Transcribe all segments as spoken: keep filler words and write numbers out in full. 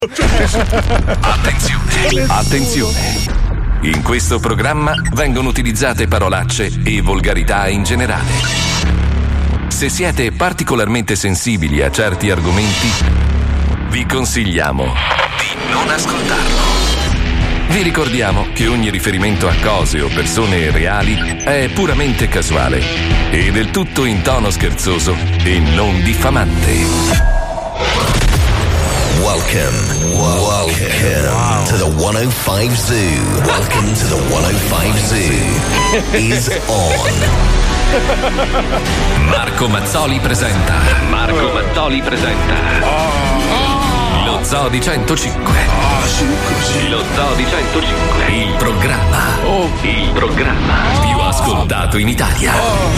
Attenzione, attenzione. In questo programma vengono utilizzate parolacce e volgarità in generale. Se siete particolarmente sensibili a certi argomenti, vi consigliamo di non ascoltarlo. Vi ricordiamo che ogni riferimento a cose o persone reali è puramente casuale e del tutto in tono scherzoso e non diffamante. Welcome, welcome wow. to the one oh five Zoo. Welcome to the one oh five Zoo is on. Marco Mazzoli presenta. Marco Mazzoli presenta. Lo Zoo di centocinque. Lo Zoo di centocinque. Il programma. Il programma più ascoltato in Italia.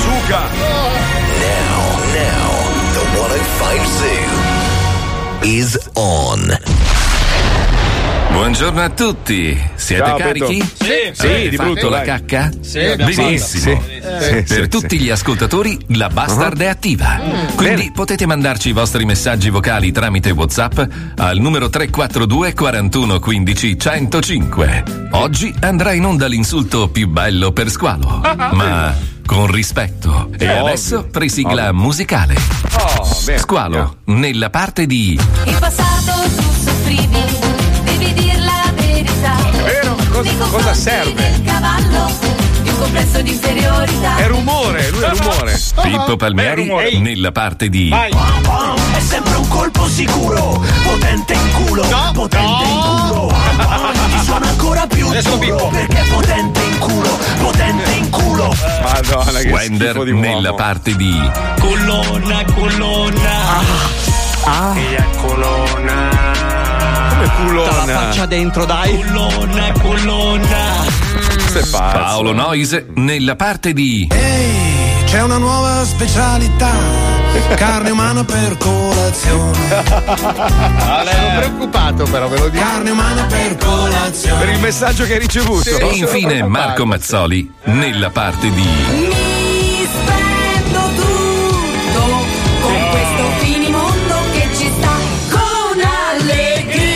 Now, now, the one oh five Zoo is on. Buongiorno a tutti, siete Ciao, carichi? Sì, sì, Avete di fatto brutto, la dai. cacca? Sì, benissimo. sì, sì, Per sì, tutti sì. gli ascoltatori la Bastard Uh-huh. è attiva. Mm. Quindi Bene. potete mandarci i vostri messaggi vocali tramite WhatsApp al numero tre quattro due quarantuno quindici centocinque. Oggi andrà in onda l'insulto più bello per Squalo, ma con rispetto. E Ovvio. adesso presigla Ovvio. musicale. Oh, bene. Squalo, nella parte di Il passato tu soffrivi, devi dir la verità. Vero? Cosa, cosa serve? Il cavallo, di un complesso di inferiorità. È rumore, lui è rumore. Pippo Palmieri, Ehi. nella parte di Vai. È sempre un colpo sicuro, potente in culo, No, potente no. in culo. Ti suona ancora più Adesso Pippo. duro, perché è potente in culo, potente in culo. Madonna, che Wender, schifo di uomo. nella parte di Colonna, colonna. Ah, Via colonna. come culona. La faccia dentro, dai. Colonna, colonna. Questo è pazzo. Paolo Noise, nella parte di Ehi, c'è una nuova specialità, carne umana per colazione. Sono preoccupato però, ve lo dico. Carne umana per colazione. Per il messaggio che hai ricevuto. e infine Marco Mazzoli, nella parte di Mi spendo tutto con questo finimondo che ci sta con allegria.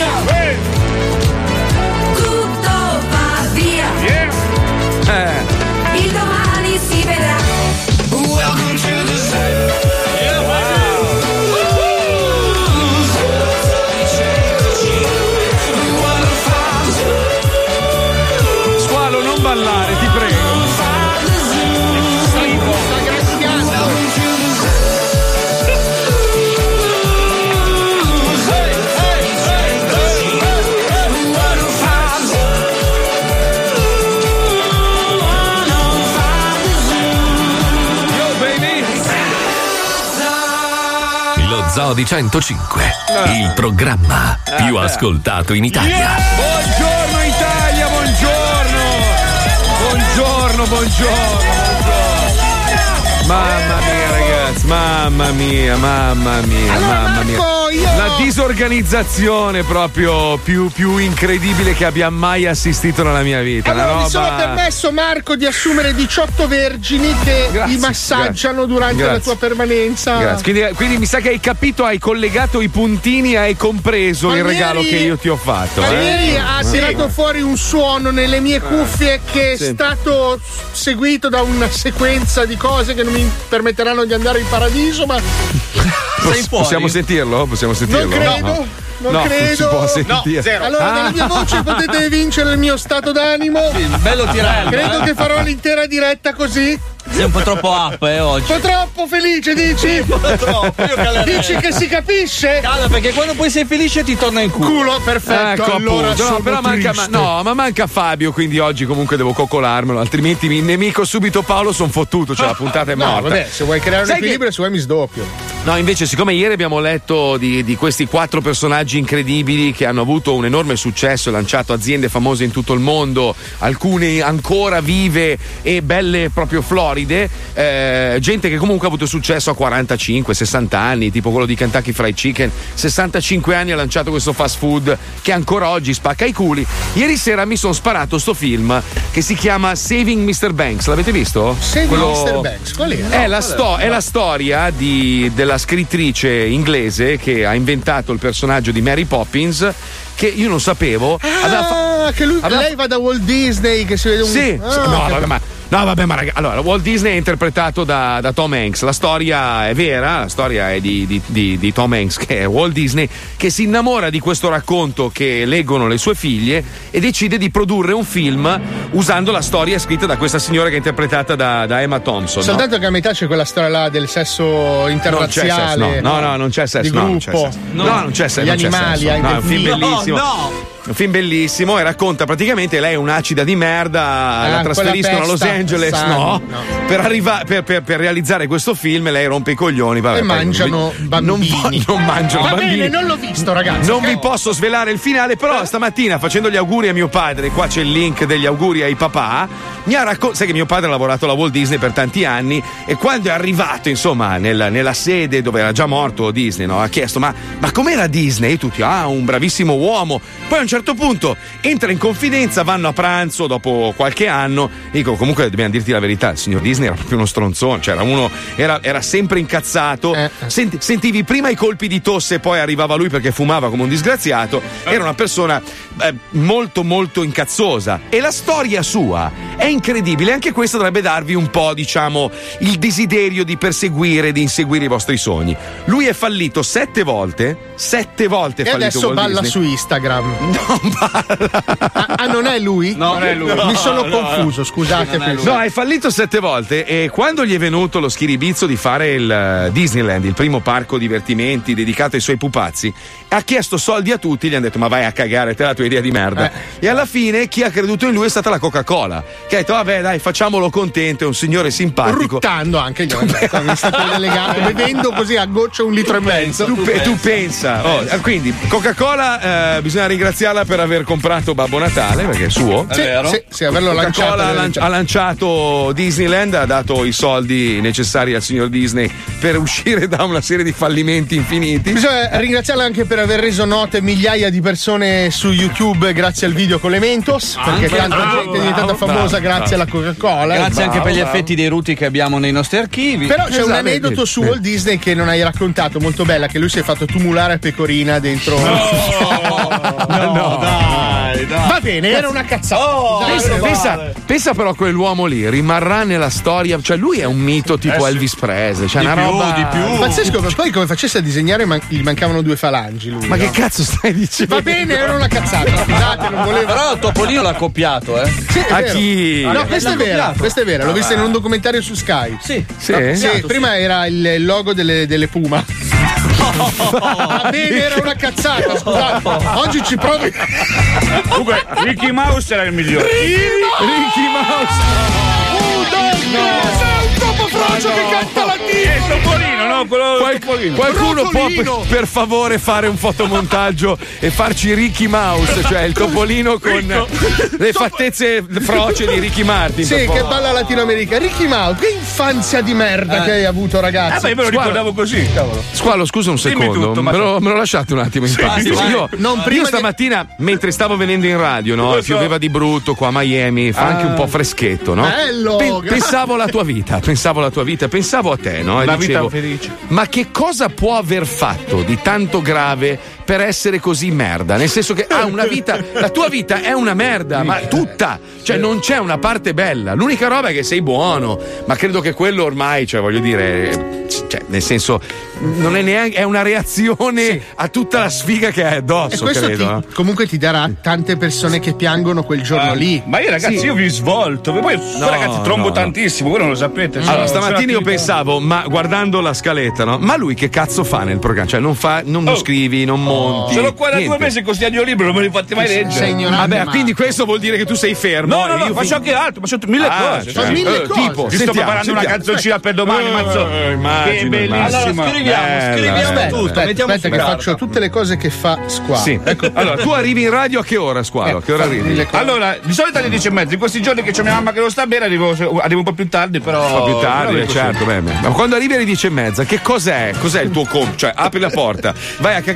Tutto va via, Eh. il domani si vedrà. Welcome to the Squalo, non ballare, ti prego. Sta graffiando. Yo, baby. Lo Zoo di centocinque, il programma più ascoltato in Italia. Buongiorno Italia, buongiorno. Buongiorno, buongiorno, buongiorno. Mamma mia ragazzi, mamma mia, mamma mia, mamma mia. La disorganizzazione proprio più, più incredibile che abbia mai assistito nella mia vita. Una Allora, roba... mi sono permesso, Marco, di assumere diciotto vergini che Grazie, li massaggiano grazie, durante grazie. la tua permanenza. Grazie. Quindi, quindi mi sa che hai capito, hai collegato i puntini, hai compreso il Palmieri- regalo che io ti ho fatto. Ma eh? ieri ha Sì. tirato fuori un suono nelle mie cuffie che è Sì. stato seguito da una sequenza di cose che non mi permetteranno di andare in paradiso, ma Poss- Possiamo sentirlo? Possiamo sentirlo? non credo. No. Non No, credo. non si può sentire. Allora, Ah. dalla mia voce potete vincere il mio stato d'animo. bello tirello, Credo eh. che farò l'intera diretta così. Sei un po' troppo up, eh, oggi. Un po' troppo felice, dici? Troppo, io calerei. Dici che si capisce? Calma, perché quando poi sei felice ti torna in culo. Culo, perfetto. Ecco, allora appunto. No, sono però manca, ma, triste. no, ma manca Fabio, quindi oggi comunque devo coccolarmelo, altrimenti mi nemico subito Paolo, son fottuto, cioè la puntata è No, morta. vabbè, se vuoi creare un Sai che- equilibrio, se vuoi mi sdoppio. No, invece, siccome ieri abbiamo letto di, di questi quattro personaggi incredibili che hanno avuto un enorme successo e lanciato aziende famose in tutto il mondo, alcune ancora vive e belle proprio floride, eh, gente che comunque ha avuto successo a quarantacinque sessanta anni, tipo quello di Kentucky Fried Chicken, sessantacinque anni ha lanciato questo fast food che ancora oggi spacca i culi. Ieri sera mi sono sparato sto film che si chiama Saving mister Banks, l'avete visto? Saving Quello- mister Banks, qual era? È la, sto- è la storia di- della la scrittrice inglese che ha inventato il personaggio di Mary Poppins, che io non sapevo. Ah, che lui, aveva... lei va da Walt Disney, che si vede un... Sì, ah, sì. No, che... vabbè, ma No, vabbè, ma ragazzi, allora, Walt Disney è interpretato da, da Tom Hanks. La storia è vera, la storia è di, di, di, di Tom Hanks, che è Walt Disney, che si innamora di questo racconto che leggono le sue figlie e decide di produrre un film usando la storia scritta da questa signora che è interpretata da, da Emma Thompson. Soltanto no? che a metà c'è quella storia là del sesso interrazziale. Non c'è sesso, no, no, no, non c'è sesso. Di no, gruppo. Non c'è sesso. No, no, non c'è sesso. Gli non c'è animali, sesso. anche No, è un film no, bellissimo. No. Un film bellissimo e racconta praticamente lei è un'acida di merda, ah, la trasferiscono a Los pesta, Angeles, no, no. Per, arriva- per, per, per realizzare questo film lei rompe i coglioni. Vabbè, e mangiano non, bambini. Non, non mangiano Va bambini. bene, non l'ho visto, ragazzi. Non okay. vi posso svelare il finale, però stamattina facendo gli auguri a mio padre, qua c'è il link degli auguri ai papà, mi ha raccontato, sai che mio padre ha lavorato alla Walt Disney per tanti anni e quando è arrivato insomma nel, nella sede dove era già morto Disney, no? Ha chiesto ma, ma com'era Disney? E tutti, ah, un bravissimo uomo. Poi a un certo punto entra in confidenza, vanno a pranzo dopo qualche anno. Dico, comunque dobbiamo dirti la verità, il signor Disney era proprio uno stronzone, cioè era uno, era, era sempre incazzato. Eh. Senti, sentivi prima i colpi di tosse e poi arrivava lui perché fumava come un disgraziato. Era una persona eh, molto molto incazzosa. E la storia sua è incredibile, anche questo dovrebbe darvi un po', diciamo, il desiderio di perseguire, di inseguire i vostri sogni. Lui è fallito sette volte, sette volte è e fallito. E adesso Walt balla Disney. su Instagram. Non balla. Ah, ah, non è lui? No, non è lui. Mi sono no, confuso, scusate. Sì, No, è fallito sette volte e quando gli è venuto lo schiribizzo di fare il Disneyland, il primo parco divertimenti dedicato ai suoi pupazzi, ha chiesto soldi a tutti, gli hanno detto ma vai a cagare, te la tua idea di merda. Eh. E alla fine chi ha creduto in lui è stata la Coca-Cola, che ha detto vabbè dai facciamolo contento, è un signore simpatico. Ruttando anche gli è stato delegato, bevendo così a goccia un litro e mezzo. Tu, pe- tu pensa, oh, quindi Coca-Cola eh, bisogna ringraziarla per aver comprato Babbo Natale perché è suo. Sì, sì, sì, averlo lanciato. Coca-Cola ha, lanci- ha lanciato Disneyland, ha dato i soldi necessari al signor Disney per uscire da una serie di fallimenti infiniti. Bisogna ringraziarla anche per aver reso note migliaia di persone su YouTube grazie al video con le Mentos, perché anche, tanta bravo, gente è diventata bravo, famosa bravo, grazie bravo. alla Coca-Cola. Grazie bravo, anche per gli bravo. effetti dei ruti che abbiamo nei nostri archivi. Però c'è esatto, un aneddoto su Walt Disney che non hai raccontato, molto bella, che lui si è fatto tumulare a pecorina dentro. No, no, no, dai, dai. Va bene, era una cazzata. Oh, Dai, Pensa, vale. pensa, pensa però a quell'uomo lì, rimarrà nella storia, cioè lui è un mito tipo Eh sì. Elvis Presley, cioè Di una più, roba di più. Pazzesco, ma poi come facesse a disegnare man- gli mancavano due falangi lui. Ma no? che cazzo stai dicendo? Va bene, era una cazzata, scusate, non volevo. Però il Topolino l'ha copiato, eh. Sì, è A vero. chi? No, questa è L'ha vera, copiato. questa è vera, l'ho vista in un documentario su Sky. Sì. Sì? Sì, prima era il logo delle, delle Puma. Va bene, era una cazzata, scusate. Oggi ci provi. Comunque, Ricky Mouse era il migliore. Ricky Mouse. Sei un topo frocio che canta la È il Topolino, no? Quello Qual- Topolino. qualcuno può Rotolino. per, per favore fare un fotomontaggio e farci Ricky Mouse, cioè il topolino con le fattezze froce di Ricky Martin. Sì, per che favore. balla Latino America. Ricky Mouse, che infanzia di merda che hai avuto, Eh, ragazzi. beh, io me lo Guarda. ricordavo così, cavolo. Squalo, scusa un Dimmi secondo, tutto, ma- me, lo, me lo lasciate un attimo in pace. sì, vai. io, Non io prima di- stamattina, mentre stavo venendo in radio, no, Lo so. pioveva di brutto qua a Miami, fa anche un po' freschetto, no? Bello, grazie. pensavo alla tua vita, pensavo alla tua vita, pensavo a te, no? E La vita dicevo, felice. ma che cosa può aver fatto di tanto grave per essere così merda? Nel senso che ha una vita, la tua vita è una merda, ma tutta, cioè non c'è una parte bella. L'unica roba è che sei buono, ma credo che quello ormai, cioè voglio dire, cioè, nel senso, non è neanche, è una reazione a tutta la sfiga che hai E addosso, questo credo. ti- no? comunque ti darà tante persone che piangono quel giorno lì. Ma io ragazzi, Sì. io vi svolto. Poi, poi No, ragazzi, trombo no, no. tantissimo, voi non lo sapete. Allora, Sono- stamattina sono io attivo. pensavo, ma guardando la scaletta, no? Ma lui che cazzo fa nel programma? Cioè, non fa, non lo Oh. scrivi, non monti. Sono qua da niente. due mesi con sti audiolibri, non me li fate mai leggere. Sei ignorante. Vabbè, ma- quindi questo vuol dire che tu sei fermo. No, no, e no, io faccio fin- anche altro, faccio mille Ah, cose. cioè, Fa mille eh, cose. tipo, Ti sto sentiamo, preparando una sentiamo. canzoncina per domani, Eh, mazzo. eh, immagino, Che bellissima. immagino. Allora, scriviamo, Bella, scriviamo bella. tutto. Aspetta, mettiamo aspetta su che carta. faccio tutte le cose che fa Squalo. Sì. Ecco. Allora, tu arrivi in radio a che ora, Squalo? A che ora fa arrivi? mille cose. Allora, di solito alle dieci e mezza, in questi giorni che c'è mia mamma che non sta bene, arrivo, arrivo un po' più tardi, però. Un po' più tardi, però eh, così. certo, beh, beh. Ma quando arrivi alle dieci e mezza, che cos'è? Cos'è il tuo comp? Cioè, apri la porta, vai a cagare il cazzo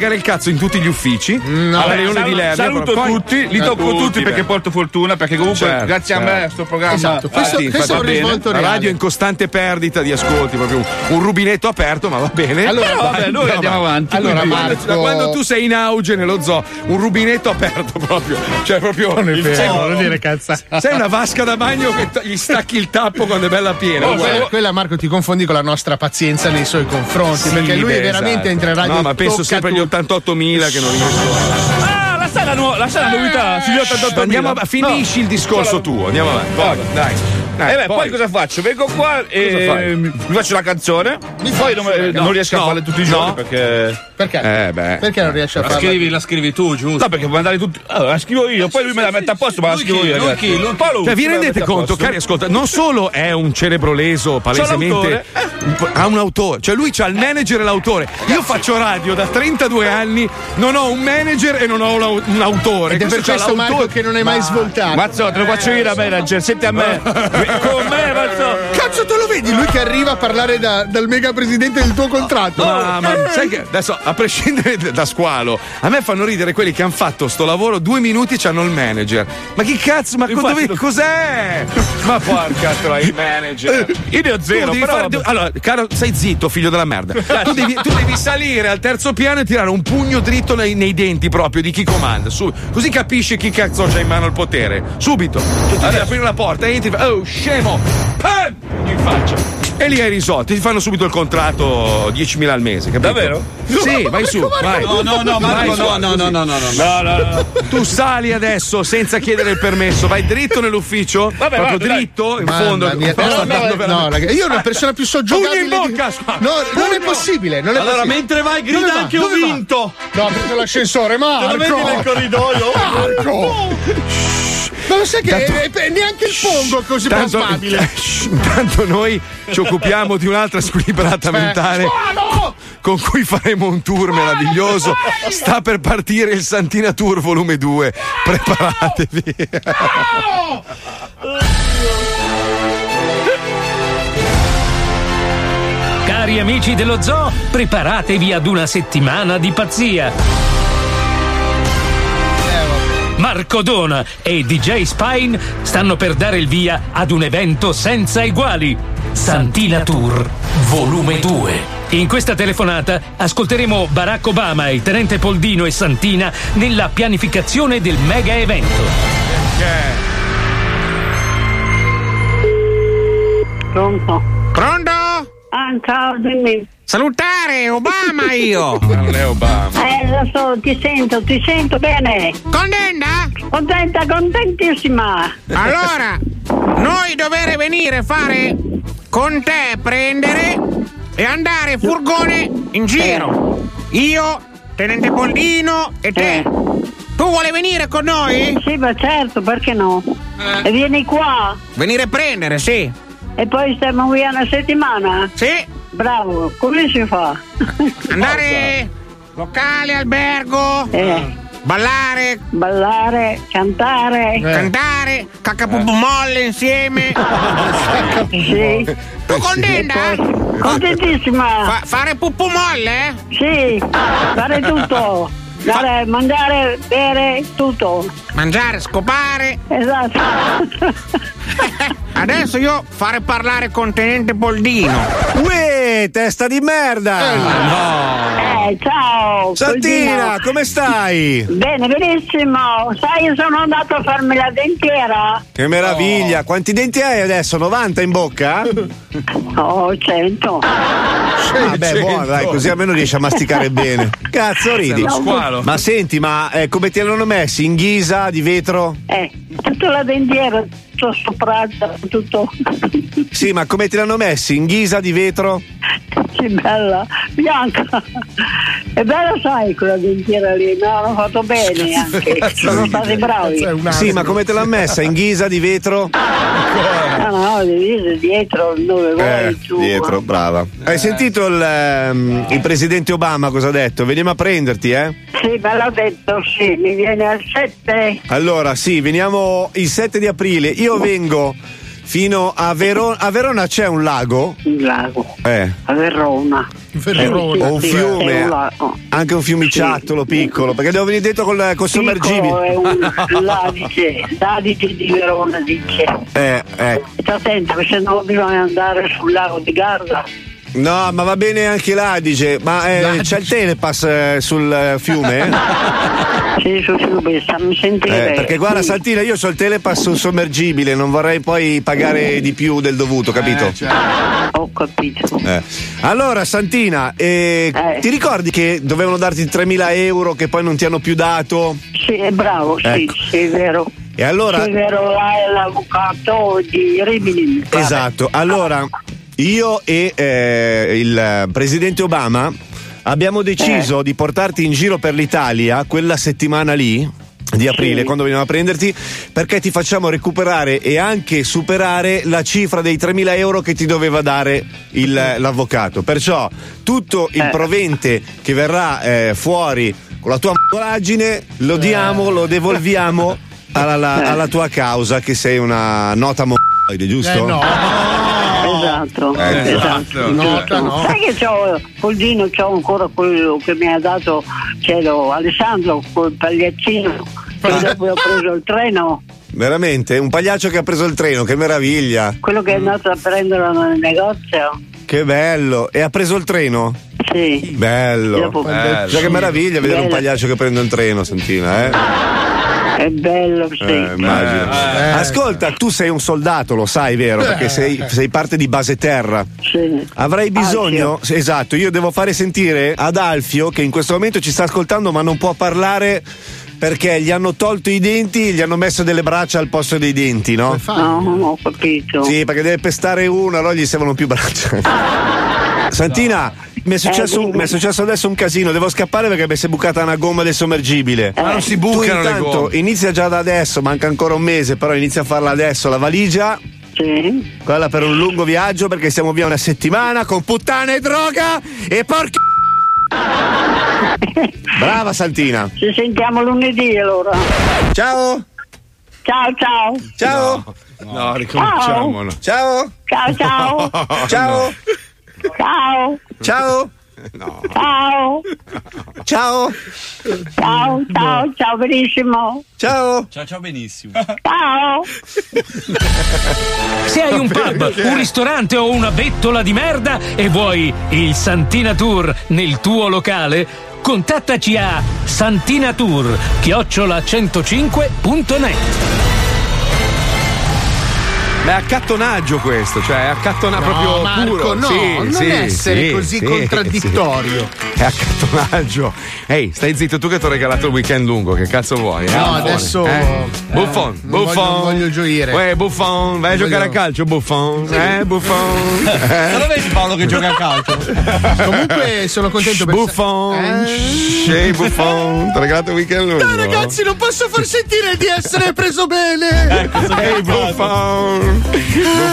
in tutti gli uffici. No, alla beh, Leone saluto, di Lernia. saluto poi, tutti, li tocco tutti, tutti perché porto fortuna, perché comunque certo, grazie certo. a me sto programma. Esatto, questo, Infatti, questo è un va bene. risvolto La reale. radio è in costante perdita di ascolti, proprio un, un rubinetto aperto, ma va bene. Allora, Però, vabbè, noi andiamo avanti. Allora, quindi- Marco- da quando tu sei in auge nello zoo, un rubinetto aperto proprio. Cioè, proprio. Non è vero, sei, non dire cazzate. sei una vasca da bagno che t- gli stacchi il tappo quando è bella piena. Oh, uguale. quella, quella, Marco, ti confondi con la nostra pazienza nei suoi confronti, Sì, perché lui beh, veramente esatto. entra in radio. No, ma penso tocca sempre agli tutto. ottantottomila che non riesco. Ah, la sai la, nu- la, sai la novità sugli ottantotto Andiamo a, finisci il discorso tuo, andiamo avanti. Poi, dai. dai E beh, poi. poi cosa faccio? Vengo qua Cosa e fai? mi mi faccio la canzone. Poi non, me- non riesco no, a farle tutti i no. giorni perché. Perché? Eh, beh. Perché non riesci a La farlo? scrivi, la scrivi tu, giusto? No, perché puoi mandare tutti. Allora, la scrivo io, poi lui me la mette a posto, ma la Lui scrivo chi? io. Lui ragazzi. chi? Lui Un po' lui, Cioè, vi me la rendete mette a conto, posto. cari ascolta, non solo è un cerebro leso, palesemente ha un autore, cioè lui c'ha il manager e l'autore. Io faccio radio da trentadue anni, non ho un manager e non ho un un autore. Ed è per c'ha questo, l'autore. Marco, che non hai mai svoltato. Mazzo, te lo faccio io da manager, senti a me. Con me, Mazzo. Cazzo, te lo vedi? Lui che arriva a parlare da- dal mega presidente del tuo contratto. Ma, ma sai che adesso, a prescindere da squalo, a me fanno ridere quelli che hanno fatto sto lavoro due minuti e c'hanno il manager. Ma chi cazzo? Ma Infatti, dove, lo- cos'è? Ma porca troia, il manager. Io ne ho zero, Tu devi però fare- vabbè. allora, caro, stai zitto, figlio della merda. Tu devi, tu devi salire al terzo piano e tirare un pugno dritto nei, nei denti proprio di chi comanda. Su, così capisci chi cazzo c'ha in mano il potere. Subito. Tu devi aprire la porta e entri. e fai, oh, scemo! Pam! In faccia. E lì hai risolto. Ti fanno subito il contratto diecimila al mese, capito? Davvero? Sì, vai su, vai. No, no, no, Marco, no, no, no, no, no, no. No, no, no. Tu sali adesso senza chiedere il permesso, vai dritto nell'ufficio, Vabbè, proprio vado, dai. dritto, in Mamma fondo. mia, Però no, sta andando no, veramente- no, ragazzi, io ero la persona più soggiogabile. Pugno in di- bocca, spa- No, non è pugno. possibile. Non è Allora, possibile. mentre vai, grida Dove va? anche ho Dove va? vinto. No, ha preso l'ascensore, Marco. Te lo vedi nel corridoio? Marco! Ma lo sai che Tanto- è- è- neanche il pongo è così Tanto, palpabile. intanto noi ci occupiamo di un'altra squilibrata mentale Squalo! con cui faremo un tour meraviglioso. Sta per partire il Santina Tour volume due. Preparatevi. Cari amici dello zoo, preparatevi ad una settimana di pazzia. Marco Dona e D J Spine stanno per dare il via ad un evento senza eguali. Santina Tour volume due. In questa telefonata ascolteremo Barack Obama, il tenente Poldino e Santina nella pianificazione del mega evento. Pronto? Pronto? Ah, ciao, dimmi. Salutare Obama io! Non è Obama. Eh, lo so, ti sento, ti sento bene. Contenta? Contenta, contentissima. Allora, noi dovere venire a fare con te, prendere e andare furgone in giro. Io, tenente Poldino e te. Eh. Tu vuole venire con noi? Sì, ma certo, perché no? Eh. E vieni qua Venire a prendere, sì. e poi stiamo via una settimana? Sì. Bravo, come si fa? Andare locale, albergo, Eh, ballare, ballare, cantare. cantare, caccapupu molle insieme. Sì. Tu contenta? E poi- contentissima. Fa- fare pupu molle? eh? Sì, fare tutto. Dare, mangiare, bere, tutto. Mangiare, scopare. Esatto. Adesso io fare parlare con tenente Poldino. Uè, testa di merda! Eh, ciao. Santina, Poldino. come stai? Bene, benissimo. Sai, io sono andato a farmi la dentiera. Che meraviglia! Quanti denti hai adesso? novanta in bocca? Oh, cento. Vabbè, buono, dai, così almeno riesci a masticare bene. Cazzo, ridi. Sei uno squalo. Ma senti, ma eh, come ti hanno messi? In ghisa, di vetro? Eh, tutta la dentiera, tutto sopra, tutto. Sì, ma come te l'hanno messi? In ghisa, di vetro? Sì, bella, bianca. È bella, sai, quella dentiera lì. Mi hanno fatto bene anche. Sono stati bravi. Sì, ma come te l'hanno messa? In ghisa, di vetro? No, no, divise dietro, dove vuoi Eh, tu. dietro, brava. Hai sentito il, ehm, il presidente Obama cosa ha detto? Veniamo a prenderti, eh? Sì, me l'ha detto, sì, mi viene al sette. Allora, sì, veniamo il sette di aprile. Io vengo fino a Verona. A Verona c'è un lago? Un lago. Eh. A Verona. Verona. O un Sì, fiume, è un lago. anche un fiumiciattolo piccolo, perché devo venire dentro col, col sommergibile. Piccolo, è un l'Adige, l'Adige di Verona dice. Eh, eh. Sta attento che se no bisogna andare sul lago di Garda. No, ma va bene anche l'Adige, ma eh, c'è il telepass eh, sul eh, fiume? Sì, sul fiume, mi sentirei. Eh, perché guarda Sì. Santina, io ho il telepass sul sommergibile, non vorrei poi pagare di più del dovuto, capito? Eh, certo. Ho capito. Eh. Allora Santina, eh, Eh. ti ricordi che dovevano darti tremila euro che poi non ti hanno più dato? Sì, è bravo, sì, Ecco. sì, è vero. E allora? Sì, è vero, là è l'avvocato di Rimini. mi pare. Esatto, allora io e eh, il presidente Obama abbiamo deciso Eh. di portarti in giro per l'Italia quella settimana lì di aprile, Sì. quando veniamo a prenderti, perché ti facciamo recuperare e anche superare la cifra dei tremila euro che ti doveva dare il, l'avvocato. Perciò tutto il Eh. provente che verrà eh, fuori con la tua m***olaggine lo diamo, lo devolviamo alla, alla- alla tua causa, che sei una nota m***oide, giusto? Eh, no. Esatto, Eh, esatto. Nota, giusto. no. Sai che c'ho col Dino c'ho ancora quello che mi ha dato c'ero Alessandro col pagliaccino che dopo ho preso il treno, Veramente? Un pagliaccio che ha preso il treno, che meraviglia! quello che è andato a prenderlo nel negozio. Che bello! E ha preso il treno? Sì. Bello! Dopo- Bello. Già che meraviglia vedere un Bello. pagliaccio che prende il treno, Santina, eh? È bello, sì. Eh, immagino. Eh. Ascolta, tu sei un soldato, lo sai, vero? Perché sei, sei parte di base terra. Sì. Avrai bisogno, sì, esatto, io devo fare sentire ad Alfio, che in questo momento ci sta ascoltando ma non può parlare perché gli hanno tolto i denti, gli hanno messo delle braccia al posto dei denti, no? No, non ho capito. Sì, perché deve pestare uno, allora gli servono più braccia. Santina, mi è, successo, Eh, dimmi. mi è successo adesso un casino, devo scappare perché mi si è bucata una gomma del sommergibile. Ma non si Tu bucano le intanto gomme. inizia già da adesso, manca ancora un mese, però inizia a farla adesso la valigia. Sì. Quella per un lungo viaggio perché siamo via una settimana con puttane e droga e porca. Brava Santina. Ci sentiamo lunedì allora. Ciao. Ciao ciao. Ciao. No, ricominciamo. no. Ciao. Ciao ciao. Ciao. Ciao. Ciao. No. Ciao. Ciao. Ciao, ciao, ciao, benissimo. Ciao. Ciao, ciao, benissimo. Ciao. Se hai un pub, un ristorante o una bettola di merda e vuoi il Santina Tour nel tuo locale, contattaci a santinatour chiocciola centocinque punto net. Ma è accattonaggio questo, cioè è accattonaggio No, proprio Marco, puro. no, Sì, non sì, essere sì, così sì, contraddittorio. sì. È accattonaggio. Ehi, stai zitto tu che ti ho regalato il weekend lungo, che cazzo vuoi? eh? No, Buffone, adesso- eh? Buffon, non Buffon. voglio- non voglio gioire. Uè, Buffon, vai a Non giocare voglio- a calcio, Buffon. Eh, Buffon. Ma lo vedi Paolo che gioca a calcio? Comunque sono contento per Buffon. Eh? Sì, Buffon. Ti ho regalato il weekend lungo. Dai ragazzi, non posso far sentire di essere preso bene. Ehi, Buffon. Buffon.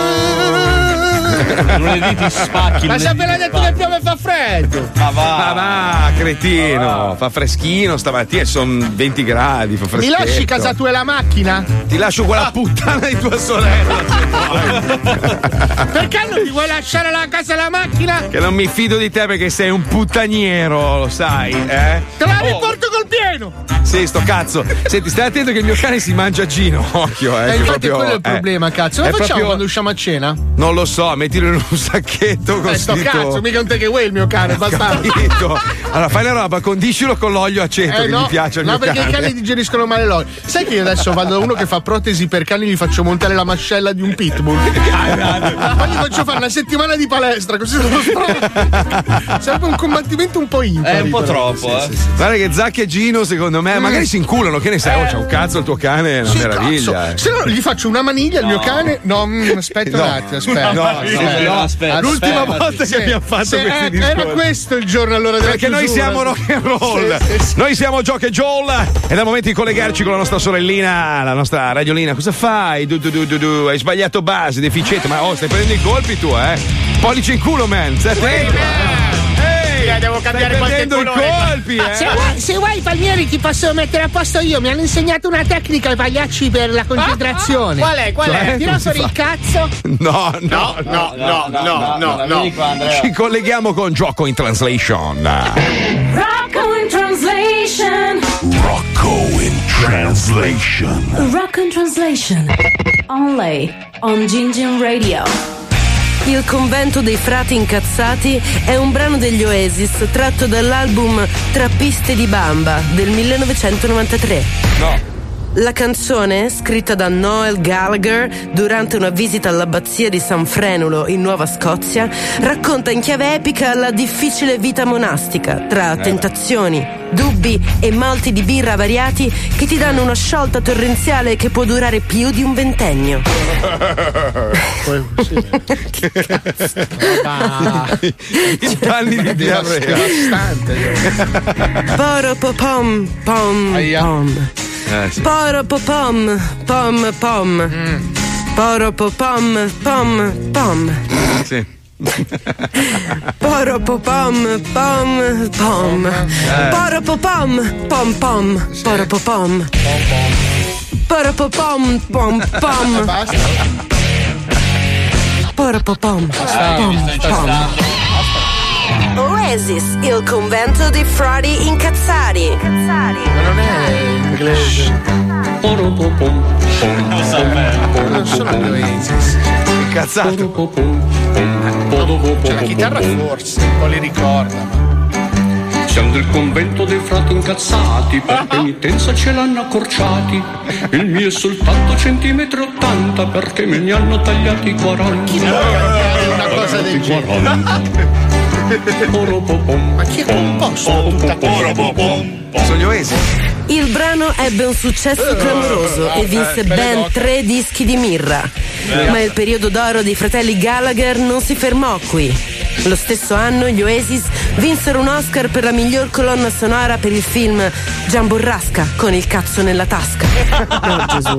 Lunedì ti spacchi. Ma lunedì se appena ti detto spacchi. che piove fa freddo. Ma va. Ma va, cretino, fa freschino stamattina, sono venti gradi, fa Mi freschetto. lasci casa tua e la macchina? Ti lascio quella puttana di tua sorella. se vuoi. Perché non ti vuoi lasciare la casa e la macchina? Che non mi fido di te perché sei un puttaniero, lo sai, eh? Te la riporto col pieno. Sì, sto cazzo. Senti, stai attento che il mio cane si mangia Gino, occhio, eh. E che infatti proprio, quello è il eh, problema, cazzo. Lo è facciamo proprio- quando usciamo a cena? Non lo so, mettilo in un sacchetto con Eh, sto scritto- cazzo, mica un takeaway il mio cane, bastardo. Capito? Allora fai la roba, condiscilo con l'olio aceto Eh, che no, gli piace al no, mio perché cane. i cani digeriscono male l'olio. Sai che io adesso vado da uno che fa protesi per cani, gli faccio montare la mascella di un pitbull. Poi gli faccio fare una settimana di palestra, così sono stronzo. Sarebbe un combattimento un po' impari. È un po' però. troppo, eh. Guarda che Zacchi e Gino, secondo me, Mm. magari si inculano, che ne sai? Oh, c'ha un cazzo il tuo cane, è una Sì, meraviglia. cazzo. eh. Se no gli faccio una maniglia al mio cane. No, mm, aspetta No. un attimo, aspetta. No, aspetta. no, aspetta, L'ultima aspetta, volta Sì, che abbiamo fatto sì, questi eh, discorsi. era questo il giorno allora della Perché noi chiusura. siamo rock and roll, Sì, sì, sì. noi siamo Gioca e Joel. È il momento di collegarci con la nostra sorellina, la nostra radiolina. Cosa fai? Du, du, du, du, du. Hai sbagliato base, deficiente. Ma oh, stai prendendo i colpi tu, eh? Pollice in culo, man. Stai attento. Ehi, eh, devo cambiare Stai qualche perdendo i colore. colpi, eh. Se vuoi, se vuoi, Palmieri, ti posso mettere a posto io. Mi hanno insegnato una tecnica ai pagliacci per la concentrazione. Qual è? Qual Cioè, è? Tira Come si fuori fa? il cazzo. No, no, no, no, no, no, no. Ci colleghiamo con Gioco in Translation. Rocco in translation. Rocco in translation. Rocco in translation. Only on Gingin Radio. Il convento dei frati incazzati è un brano degli Oasis tratto dall'album Trappiste di Bamba del millenovecentonovantatré. No. La canzone, scritta da Noel Gallagher durante una visita all'abbazia di San Frenulo in Nuova Scozia, racconta in chiave epica la difficile vita monastica tra tentazioni, dubbi e malti di birra variati che ti danno una sciolta torrenziale che può durare più di un ventennio. Che cazzo? Anni di diarrea. Poro popom pom pom. Eh, sì. Poro popom pom pom. Poro popom pom pom. Sì. Poro popom pom pom. Poro popom pom pom. Poro popom. Poro popom pom pom. Poro popom pom pom. Oasis, il convento dei frati incazzati. Ma non è inglese. Non sono gli Oasis. Incazzato. Cioè, la chitarra forse, un po' li ricorda. Siamo del convento dei frati incazzati, per penitenza ce l'hanno accorciati. Il mio è soltanto centimetro ottanta, perché me ne hanno tagliati quaranta. Una cosa del genere. Ma chi è composto tutta Sono gli Oasis. Il brano ebbe un successo clamoroso e vinse ben tre dischi di mirra. Ma il periodo d'oro dei fratelli Gallagher non si fermò qui. Lo stesso anno gli Oasis vinsero un Oscar per la miglior colonna sonora per il film Gian Burrasca con il cazzo nella tasca. No, Gesù.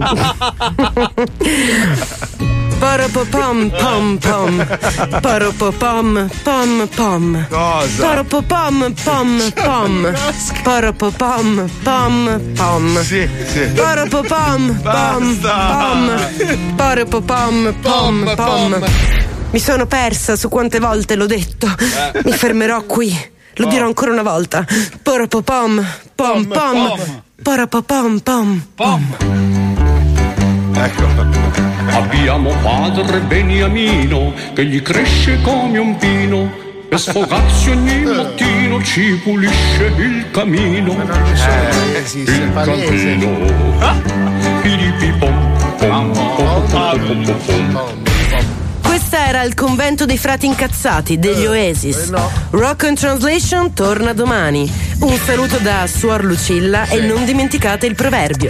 Poropopom pom pom. Poropopom pom pom. Cosa? Poropopom pom pom. Poropopom pom pom. Sì, sì. Poropopom pom pom. Poropopom pom pom. Mi sono persa su quante volte l'ho detto. Mi fermerò qui. Lo dirò ancora una volta. Poropopom pom pom. Poropopom pom pom. Ecco. Abbiamo padre Beniamino che gli cresce come un pino e sfogarsi ogni mattino ci pulisce il camino. Eh, esiste, il palese. cammino. Piripipom, pom, pom, pom, pom, pom, pom. Questa era il convento dei frati incazzati degli Oasis. Rock in Translation torna domani. Un saluto da Suor Lucilla e non dimenticate il proverbio.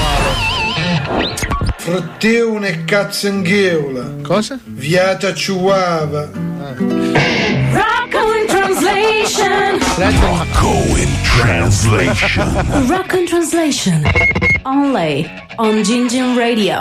Fratteune cazzangheula. Cosa? Viata ciuava. Rocco in translation. Rocco in translation. Rocco in translation. Only on Gingin Radio.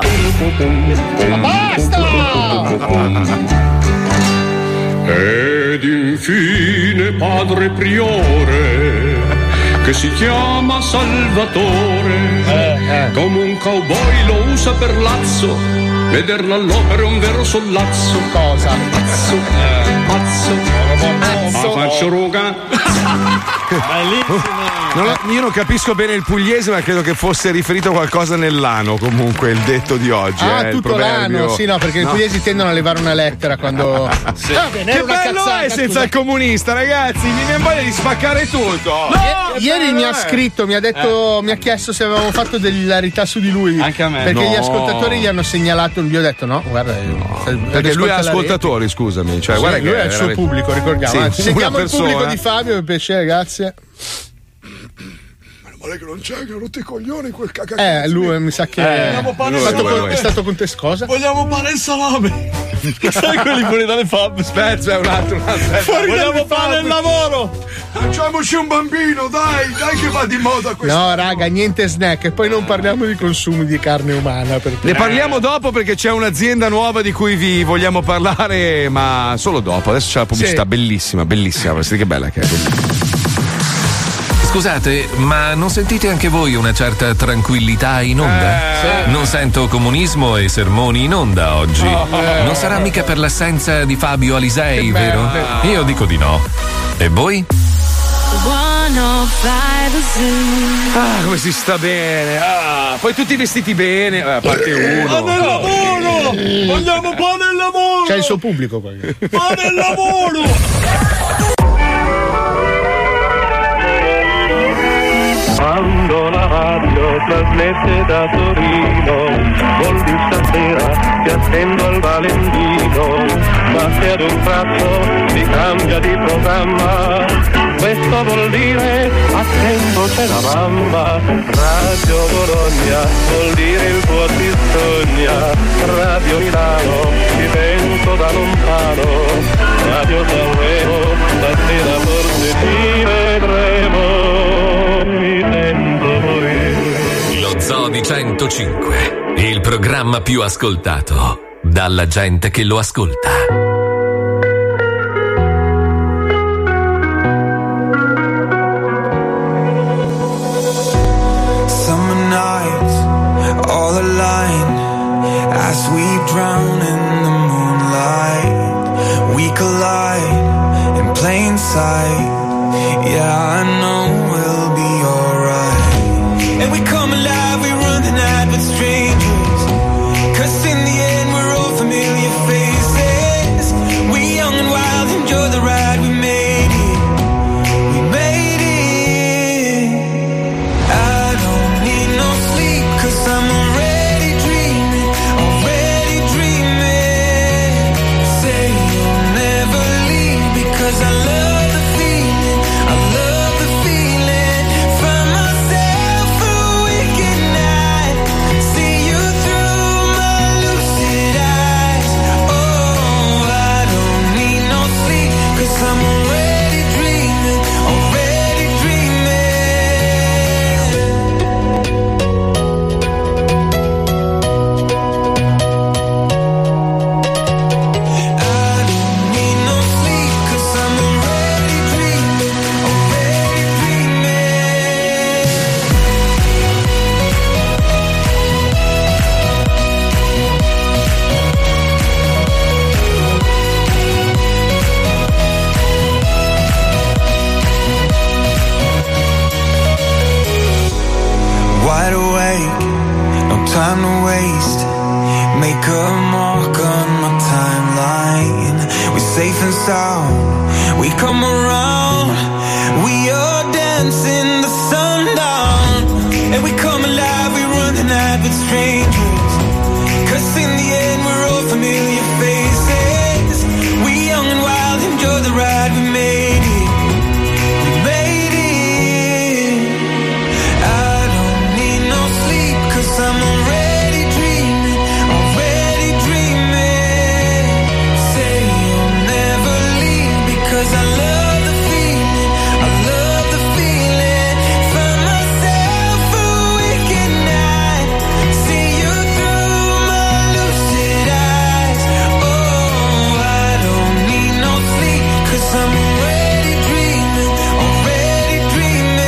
Ed infine padre priore che si chiama Salvatore, eh, eh. come un cowboy lo usa per lazzo, vederlo all'opera è un vero sollazzo. Cosa? Pazzo, eh. pazzo, ma faccio ruga. Bellissimo. Non lo- io non capisco bene il pugliese, ma credo che fosse riferito a qualcosa nell'ano. Comunque, il detto di oggi. Ah, eh, il tutto proverbio. l'anno, sì, no, perché i No. pugliesi tendono a levare una lettera quando. Sì. Va bene, Che era una bello cazzata, è senza scusa. il comunista, ragazzi! Mi viene voglia di spaccare tutto! I- Che Ieri bello mi ha è. scritto, mi ha detto, mi ha chiesto se avevamo fatto dell'ilarità su di lui. Anche a me. Perché No. gli ascoltatori gli hanno segnalato, gli ho detto no, guarda, io- Perché lui ha ascolta la ascoltatori, scusami. Cioè, rete. guarda Sì, che lui è il suo veramente- pubblico, ricordiamo. Sì, Anzi, una sentiamo il persona. pubblico di Fabio, per piacere, grazie. Male che non c'è, che ha rotto i coglioni quel cacca. Eh, lui mi sa che Eh, è, vogliamo pane è e stato salame. con, è stato con te cosa? Vogliamo pane e salame. Sai quelli fuori dalle fab? Aspetta, è un altro, un altro. Fuori Vogliamo dalle fare fab. il lavoro! Facciamoci un bambino, dai, dai che va di moda questo. No, raga, niente snack. E poi non parliamo di consumi di carne umana. Perché... Ne parliamo dopo perché c'è un'azienda nuova di cui vi vogliamo parlare, ma solo dopo. Adesso c'è la pubblicità Sì. bellissima, bellissima. Guardate che bella che è. Scusate, ma non sentite anche voi una certa tranquillità in onda? Eh. Non sento comunismo e sermoni in onda oggi. Oh. Non sarà mica per l'assenza di Fabio Alisei, vero? Io dico di no. E voi? Ah, come si sta bene. Ah, poi tutti vestiti bene. Eh, a parte uno. Pane al lavoro! Vogliamo pane al lavoro! C'è il suo pubblico poi. Pane al lavoro! Quando la radio trasmette da Torino, vuol dire stasera ti attendo al Valentino, ma se ad un tratto si cambia di programma, questo vuol dire attento c'è la mamma. Radio Bologna vuol dire il tuo ti sogna, Radio Milano ti sento da lontano, Radio Sanremo stasera forse ti vedremo. Lo Zoo di centocinque, il programma più ascoltato dalla gente che lo ascolta. Summer nights, all aligned, as we drown in the moonlight, we collide in plain sight. Yeah, I know we'll be alright. And we come alive, we run the night with strangers, 'cause in the end we're all familiar faces. We young and wild, enjoy the ride, we made it, we made it. I don't need no sleep, 'cause I'm already dreaming, already dreaming. Say you'll never leave, because I love the feeling, I love the feeling. Find myself a wicked night, see you through my lucid eyes. Oh, I don't need no sleep, 'cause I'm already dreaming, already dreaming. I don't need no sleep, 'cause I'm already dreaming, already dreaming. Wide awake, no time to waste. Make a mark on my timeline. We're safe and sound, we come around. We are dancing the sundown. And we come alive, we run the night with strangers, 'cause in the end we're all familiar faces. We young and wild, enjoy the ride, we made it, we made it. I don't need no sleep, 'cause I'm already dreaming, already dreaming. Say you'll never leave, because I love the feeling, I love the feeling. Find myself a wicked night, see you through my lucid eyes. Oh, I don't need no sleep, 'cause I'm already dreaming, already dreaming.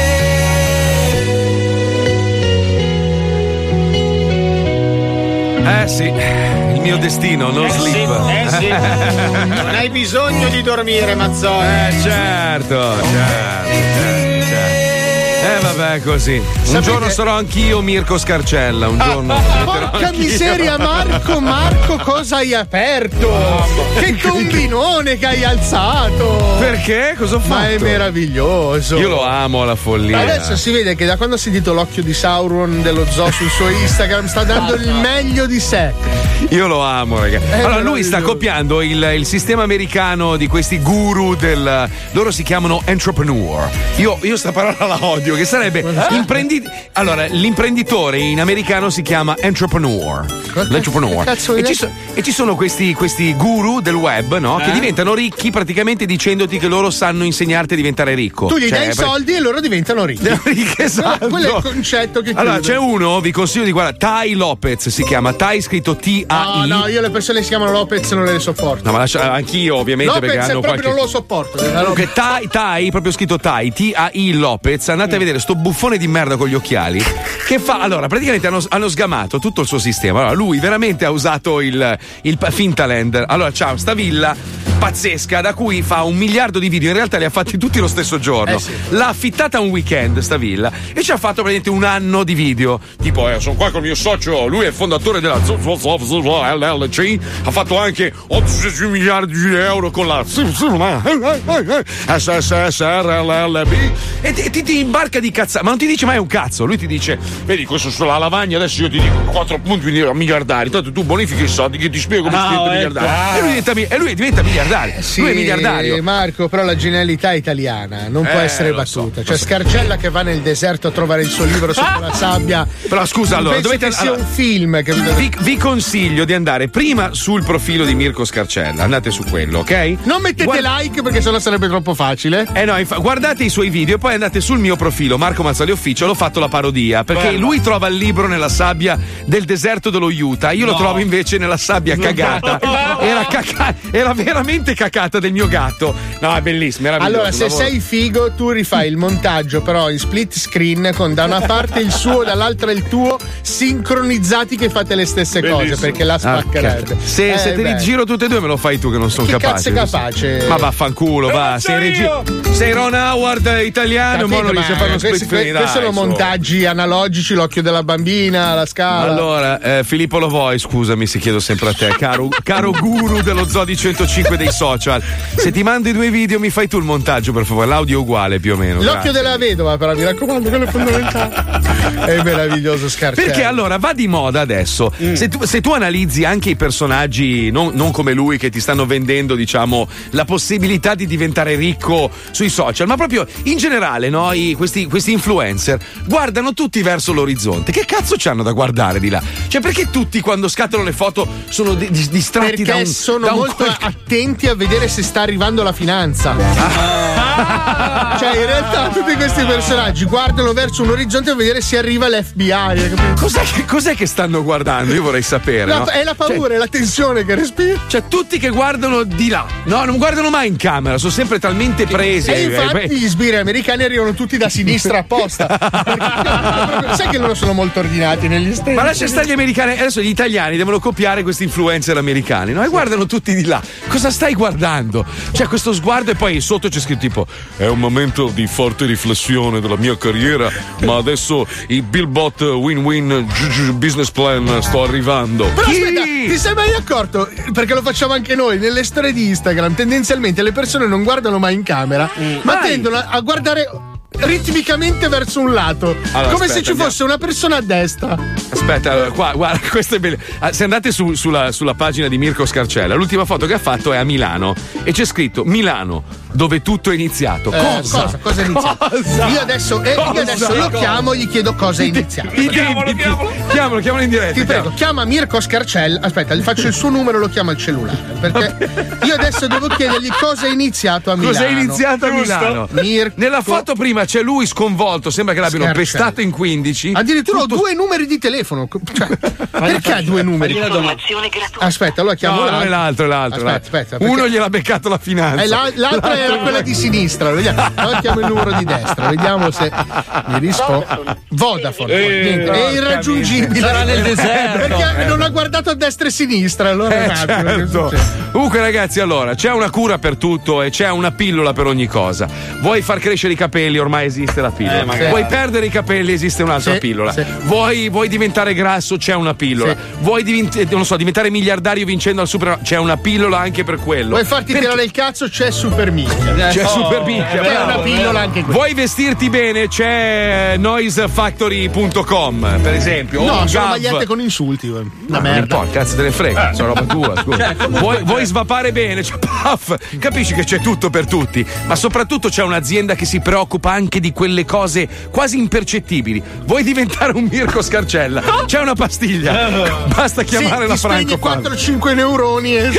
Eh sì, il mio destino, no Eh sì, sleep. eh sì. Non hai bisogno di dormire, Mazzoni. Eh certo, certo, certo, certo. Eh vabbè, così. Un Sapete- giorno sarò anch'io Mirko Scarcella, un giorno. diventerò Porca anch'io. miseria, Marco, Marco, cosa hai aperto? Che combinone che hai alzato! Perché? Cosa ho fatto? Ma è meraviglioso. Io lo amo alla follia. Adesso si vede che da quando ha sentito l'occhio di Sauron dello zoo sul suo Instagram sta dando il meglio di sé. Io lo amo, ragazzi. È Allora, lui sta meraviglioso. copiando il, il sistema americano di questi guru del. Loro si chiamano entrepreneur. Io, io sta parola la odio, che sarebbe sarebbe imprendi- allora, l'imprenditore in americano si chiama entrepreneur. L'entrepreneur. E ci, so- e ci sono questi, questi guru del web, no? Eh? Che diventano ricchi praticamente dicendoti che loro sanno insegnarti a diventare ricco. Tu gli Cioè, dai i pre- soldi e loro diventano ricchi. ricchi, esatto. Quello è il concetto che Allora, chiude. c'è uno, vi consiglio di guardare, Tai Lopez si chiama, Tai scritto T A I. No, no, io le persone che si chiamano Lopez non le sopporto. No, ma lascia, anch'io ovviamente Lopez perché hanno proprio qualche... non lo sopporto. Comunque Tai, Tai, proprio scritto Tai, T A I Lopez, andate a vedere sto buffone di merda con gli occhiali che fa, allora praticamente hanno, hanno sgamato tutto il suo sistema. Allora lui veramente ha usato il, il Fintaland. Allora c'ha sta villa pazzesca da cui fa un miliardo di video, in realtà li ha fatti tutti lo stesso giorno. Eh sì. L'ha affittata un weekend sta villa e ci ha fatto praticamente un anno di video. Tipo, eh, sono qua con il mio socio, lui è il fondatore della L L C, ha fatto anche otto miliardi di euro con la S S S R L L B e ti, ti, ti imbarca di cazzate, ma non ti dice mai un cazzo. Lui ti dice, vedi, questo sulla lavagna, adesso io ti dico quattro punti miliardari, tanto tu bonifichi i soldi che ti spiego come si diventa miliardario. E lui diventa, e lui diventa miliardario. Sì, lui è miliardario. Marco, però la genialità italiana non può Eh, essere lo battuta. so, C'è lo so. Scarcella che va nel deserto a trovare il suo libro sotto la sabbia. Però scusa, allora, penso dovete che sia allora, un film, capito? Vi, vi consiglio di andare prima sul profilo di Mirko Scarcella, andate su quello, ok? Non mettete Guarda- like perché sennò sarebbe troppo facile. Eh no, infa- guardate i suoi video e poi andate sul mio profilo, Marco Mazzoli Official, ho fatto la parodia, perché Bello. lui trova il libro nella sabbia del deserto dello Utah, io lo No. trovo invece nella sabbia cagata. Era, caca- era veramente cacata del mio gatto. No, è bellissimo, meraviglioso. Allora, se un lavoro- sei figo, tu rifai il montaggio, però in split screen, con da una parte il suo, dall'altra il tuo, sincronizzati che fate le stesse cose, Bellissimo. perché la spaccherebbe. Ah, ok. Se, Eh, se te li beh. giro tutte e due me lo fai tu che non sono Che capace. cazzo è capace? Ma vaffanculo, Lo va, faccio sei regi- io! sei Ron Howard italiano, ma Capito, non riesci a ma fare uno questi, split que- screen, questi dai, sono su. montaggi analogici, l'occhio della bambina, la scala. Allora, eh, Filippo Lovoi, scusami se chiedo sempre a te, caro, caro guru dello Zodi centocinque dei social. Se ti mando i due video, mi fai tu il montaggio, per favore. L'audio è uguale più o meno. L'occhio grazie. della vedova, però mi raccomando, quello è fondamentale. È meraviglioso Scarcella. Perché allora va di moda adesso. Mm. Se, tu, se tu analizzi anche i personaggi, non, non come lui, che ti stanno vendendo, diciamo, la possibilità di diventare ricco sui social, ma proprio in generale, no? I- questi, questi influencer guardano tutti verso l'orizzonte. Che cazzo c'hanno da guardare di là? Cioè, perché tutti quando scattano le foto sono di- di- distratti Perché da un. sono da un molto quel- attenti a vedere se sta arrivando la finanza. Cioè, in realtà tutti questi personaggi guardano verso un orizzonte a vedere se arriva l'F B I. hai capito? Cos'è che, cos'è che stanno guardando? Io vorrei sapere. La- no? È la paura, Cioè, è la tensione che respiri. Cioè, tutti che guardano di là, no? Non guardano mai in camera, sono sempre talmente presi. E infatti gli sbirri americani arrivano tutti da sinistra apposta. Perché- sai che loro sono molto ordinati negli stessi. Ma lascia stare gli americani, adesso gli italiani devono copiare questi influencer americani, no? E guardano tutti di là. Cosa stai guardando? C'è questo sguardo e poi sotto c'è scritto tipo: è un momento di forte riflessione della mia carriera, ma adesso il Billbot Win-Win Business Plan sto arrivando. Però Chi? aspetta, ti sei mai accorto? Perché lo facciamo anche noi nelle storie di Instagram. Tendenzialmente le persone non guardano mai in camera, ma Mai. tendono a, a guardare ritmicamente verso un lato, Allora, come aspetta, se ci andiamo. fosse una persona a destra. Aspetta, allora, qua, guarda, questo è bello. Ah, se andate su- sulla, sulla pagina di Mirko Scarcella, l'ultima foto che ha fatto è a Milano e c'è scritto Milano, dove tutto è iniziato. Eh, cosa? cosa? Cosa è iniziato? Cosa? Io adesso, eh, Cosa? io adesso lo chiamo, gli chiedo cosa è iniziato. Chiamalo, chiamalo. Chiamalo, chiamalo in diretta. Ti prego, chiama Mirko Scarcella. Aspetta, gli faccio il suo numero e lo chiamo al cellulare. Perché io adesso devo chiedergli cosa è iniziato a Milano. Cos'è iniziato a Milano? Mirko. Nella foto prima c'è lui sconvolto, sembra che l'abbiano Scarcella. pestato in quindici. Addirittura Tutto- ho due numeri di telefono. Cioè, perché ha due numeri? Aspetta, allora chiamo No, non l'altro. è l'altro, è l'altro. Aspetta, l'altro. aspetta, perché- Uno gliel'ha beccato la finanza. Eh, la- l'altra era quella di sinistra. Vediamo. Allora chiamo il numero di destra, vediamo se mi risponde. Vodafone. Eh, Niente, porca è irraggiungibile. miseria. Sarà nel deserto. Perché non ha guardato a destra e sinistra. Allora Eh, un attimo, che certo. succede? Comunque ragazzi, allora c'è una cura per tutto e c'è una pillola per ogni cosa. Vuoi far crescere i capelli, ormai esiste la pillola. Eh, magari. Vuoi perdere i capelli, esiste un'altra Sì, pillola. sì. Vuoi, vuoi diventare grasso, c'è una pillola. Sì. Vuoi divent- non so, diventare miliardario vincendo al super, c'è una pillola anche per quello. Vuoi farti Perché- tirare il cazzo? C'è Super Minchia. C'è super minchia, Che è bravo. una pillola anche quella. Vuoi vestirti bene? C'è noise factory punto com, per esempio. o No, un sono Gav. magliette con insulti. Una Non merda. importa, cazzo te ne frega, sono roba tua, scusa. Cioè, comunque- vuoi, vuoi svapare bene? Cioè, puff, capisci che c'è tutto per tutti, ma soprattutto c'è un'azienda che si preoccupa anche anche di quelle cose quasi impercettibili. Vuoi diventare un Mirko Scarcella? C'è una pastiglia, basta chiamare sì, la ti spegni Franco Farm. quattro cinque neuroni e...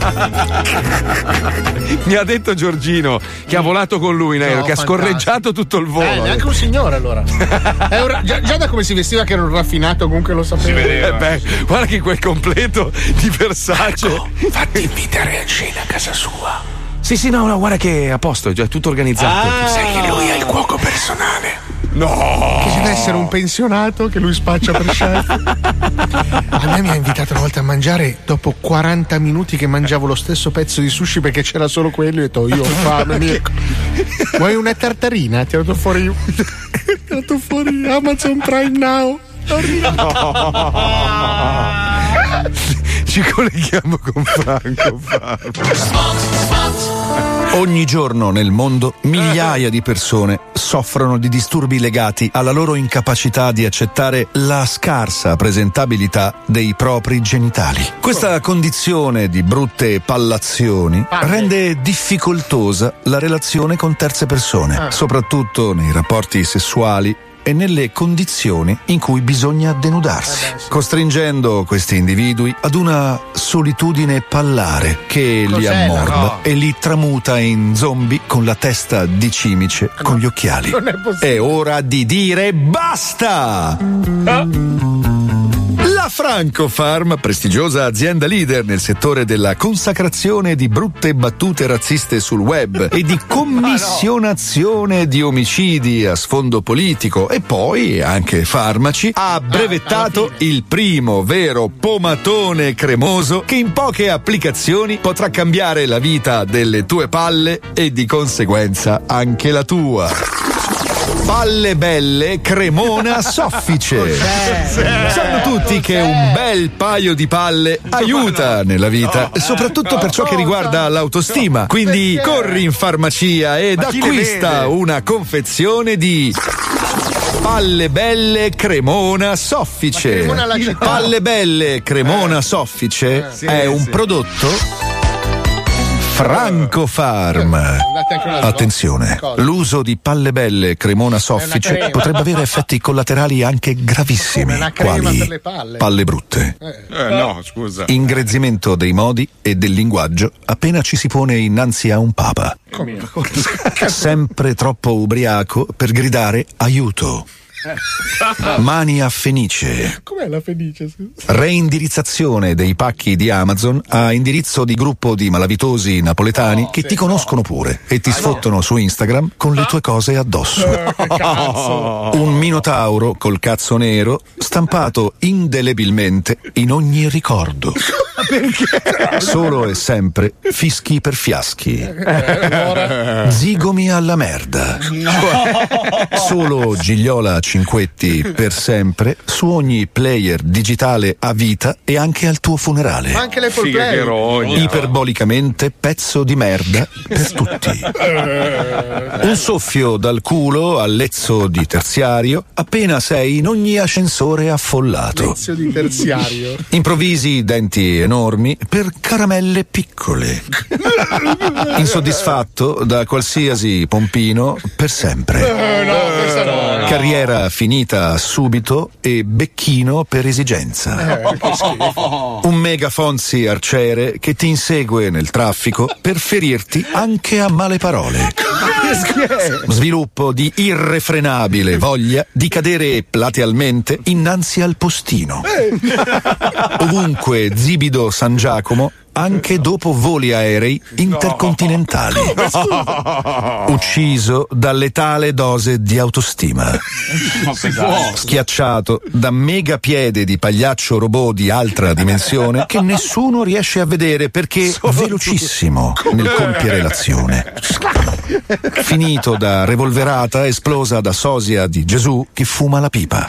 Mi ha detto Giorgino che ha volato con lui in aereo, No, che ha fantastico. scorreggiato tutto il volo. Eh, neanche un signore allora. È un, già, già da come si vestiva che era un raffinato, comunque lo sapevo. Eh beh, guarda che quel completo di Versace. Marco, fatti invitare a cena a casa sua. Sì, sì, no, no, guarda che è a posto, è già tutto organizzato. Ah, sai che lui ha il cuoco personale. No! Che deve essere un pensionato che lui spaccia per chef. A me mi ha invitato una volta a mangiare dopo quaranta minuti che mangiavo lo stesso pezzo di sushi perché c'era solo quello e ho detto io ho fame, Mirko. Vuoi una tartarina? Ha tirato fuori ha tirato fuori Amazon Prime Now. Ci colleghiamo con Franco Farm. Ogni giorno nel mondo migliaia di persone soffrono di disturbi legati alla loro incapacità di accettare la scarsa presentabilità dei propri genitali. Questa condizione di brutte pallazioni rende difficoltosa la relazione con terze persone, soprattutto nei rapporti sessuali e nelle condizioni in cui bisogna denudarsi, eh beh, sì. costringendo questi individui ad una solitudine pallare che li Cos'è, ammorba no? e li tramuta in zombie con la testa di cimice no, con gli occhiali. Non è possibile. È ora di dire basta! Ah. La Franco Farm, prestigiosa azienda leader nel settore della consacrazione di brutte battute razziste sul web e di commissionazione di omicidi a sfondo politico e poi anche farmaci, ha brevettato il primo vero pomatone cremoso che in poche applicazioni potrà cambiare la vita delle tue palle e di conseguenza anche la tua. Palle belle cremona soffice. Sanno tutti che un bel paio di palle aiuta nella vita, soprattutto per ciò che riguarda l'autostima. Quindi corri in farmacia ed acquista una confezione di Palle belle cremona soffice. Palle belle cremona soffice è un prodotto Franco Farm. Attenzione, l'uso di palle belle cremona soffice potrebbe avere effetti collaterali anche gravissimi, quali palle brutte, Eh, no, scusa. ingrezzimento dei modi e del linguaggio appena ci si pone innanzi a un papa, sempre troppo ubriaco per gridare aiuto, mani a fenice, Com'è la felice? reindirizzazione dei pacchi di Amazon a indirizzo di gruppo di malavitosi napoletani che ti conoscono pure e ti sfottono su Instagram con le tue cose addosso. Un minotauro col cazzo nero stampato indelebilmente in ogni ricordo. Perché? Solo e sempre fischi per fiaschi. Zigomi alla merda. Solo Gigliola Cinquetti per sempre su ogni player digitale a vita e anche al tuo funerale. Ma anche l'Apple Play. Iperbolicamente pezzo di merda per tutti. Un soffio dal culo al lezzo di terziario appena sei in ogni ascensore affollato. Lezio di terziario. Improvvisi denti enormi per caramelle piccole. Insoddisfatto da qualsiasi pompino per sempre. Eh, no, questa no. Carriera finita subito e becchino per esigenza. Eh, che schifo. Un mega Fonzi arciere che ti insegue nel traffico per ferirti anche a male parole. Sviluppo di irrefrenabile voglia di cadere platealmente innanzi al postino. Ovunque zibido San Giacomo, anche dopo voli aerei intercontinentali. Ucciso da letale dose di autostima. Schiacciato da mega piede di pagliaccio robot di altra dimensione che nessuno riesce a vedere perché velocissimo nel compiere l'azione. Finito da revolverata esplosa da sosia di Gesù che fuma la pipa.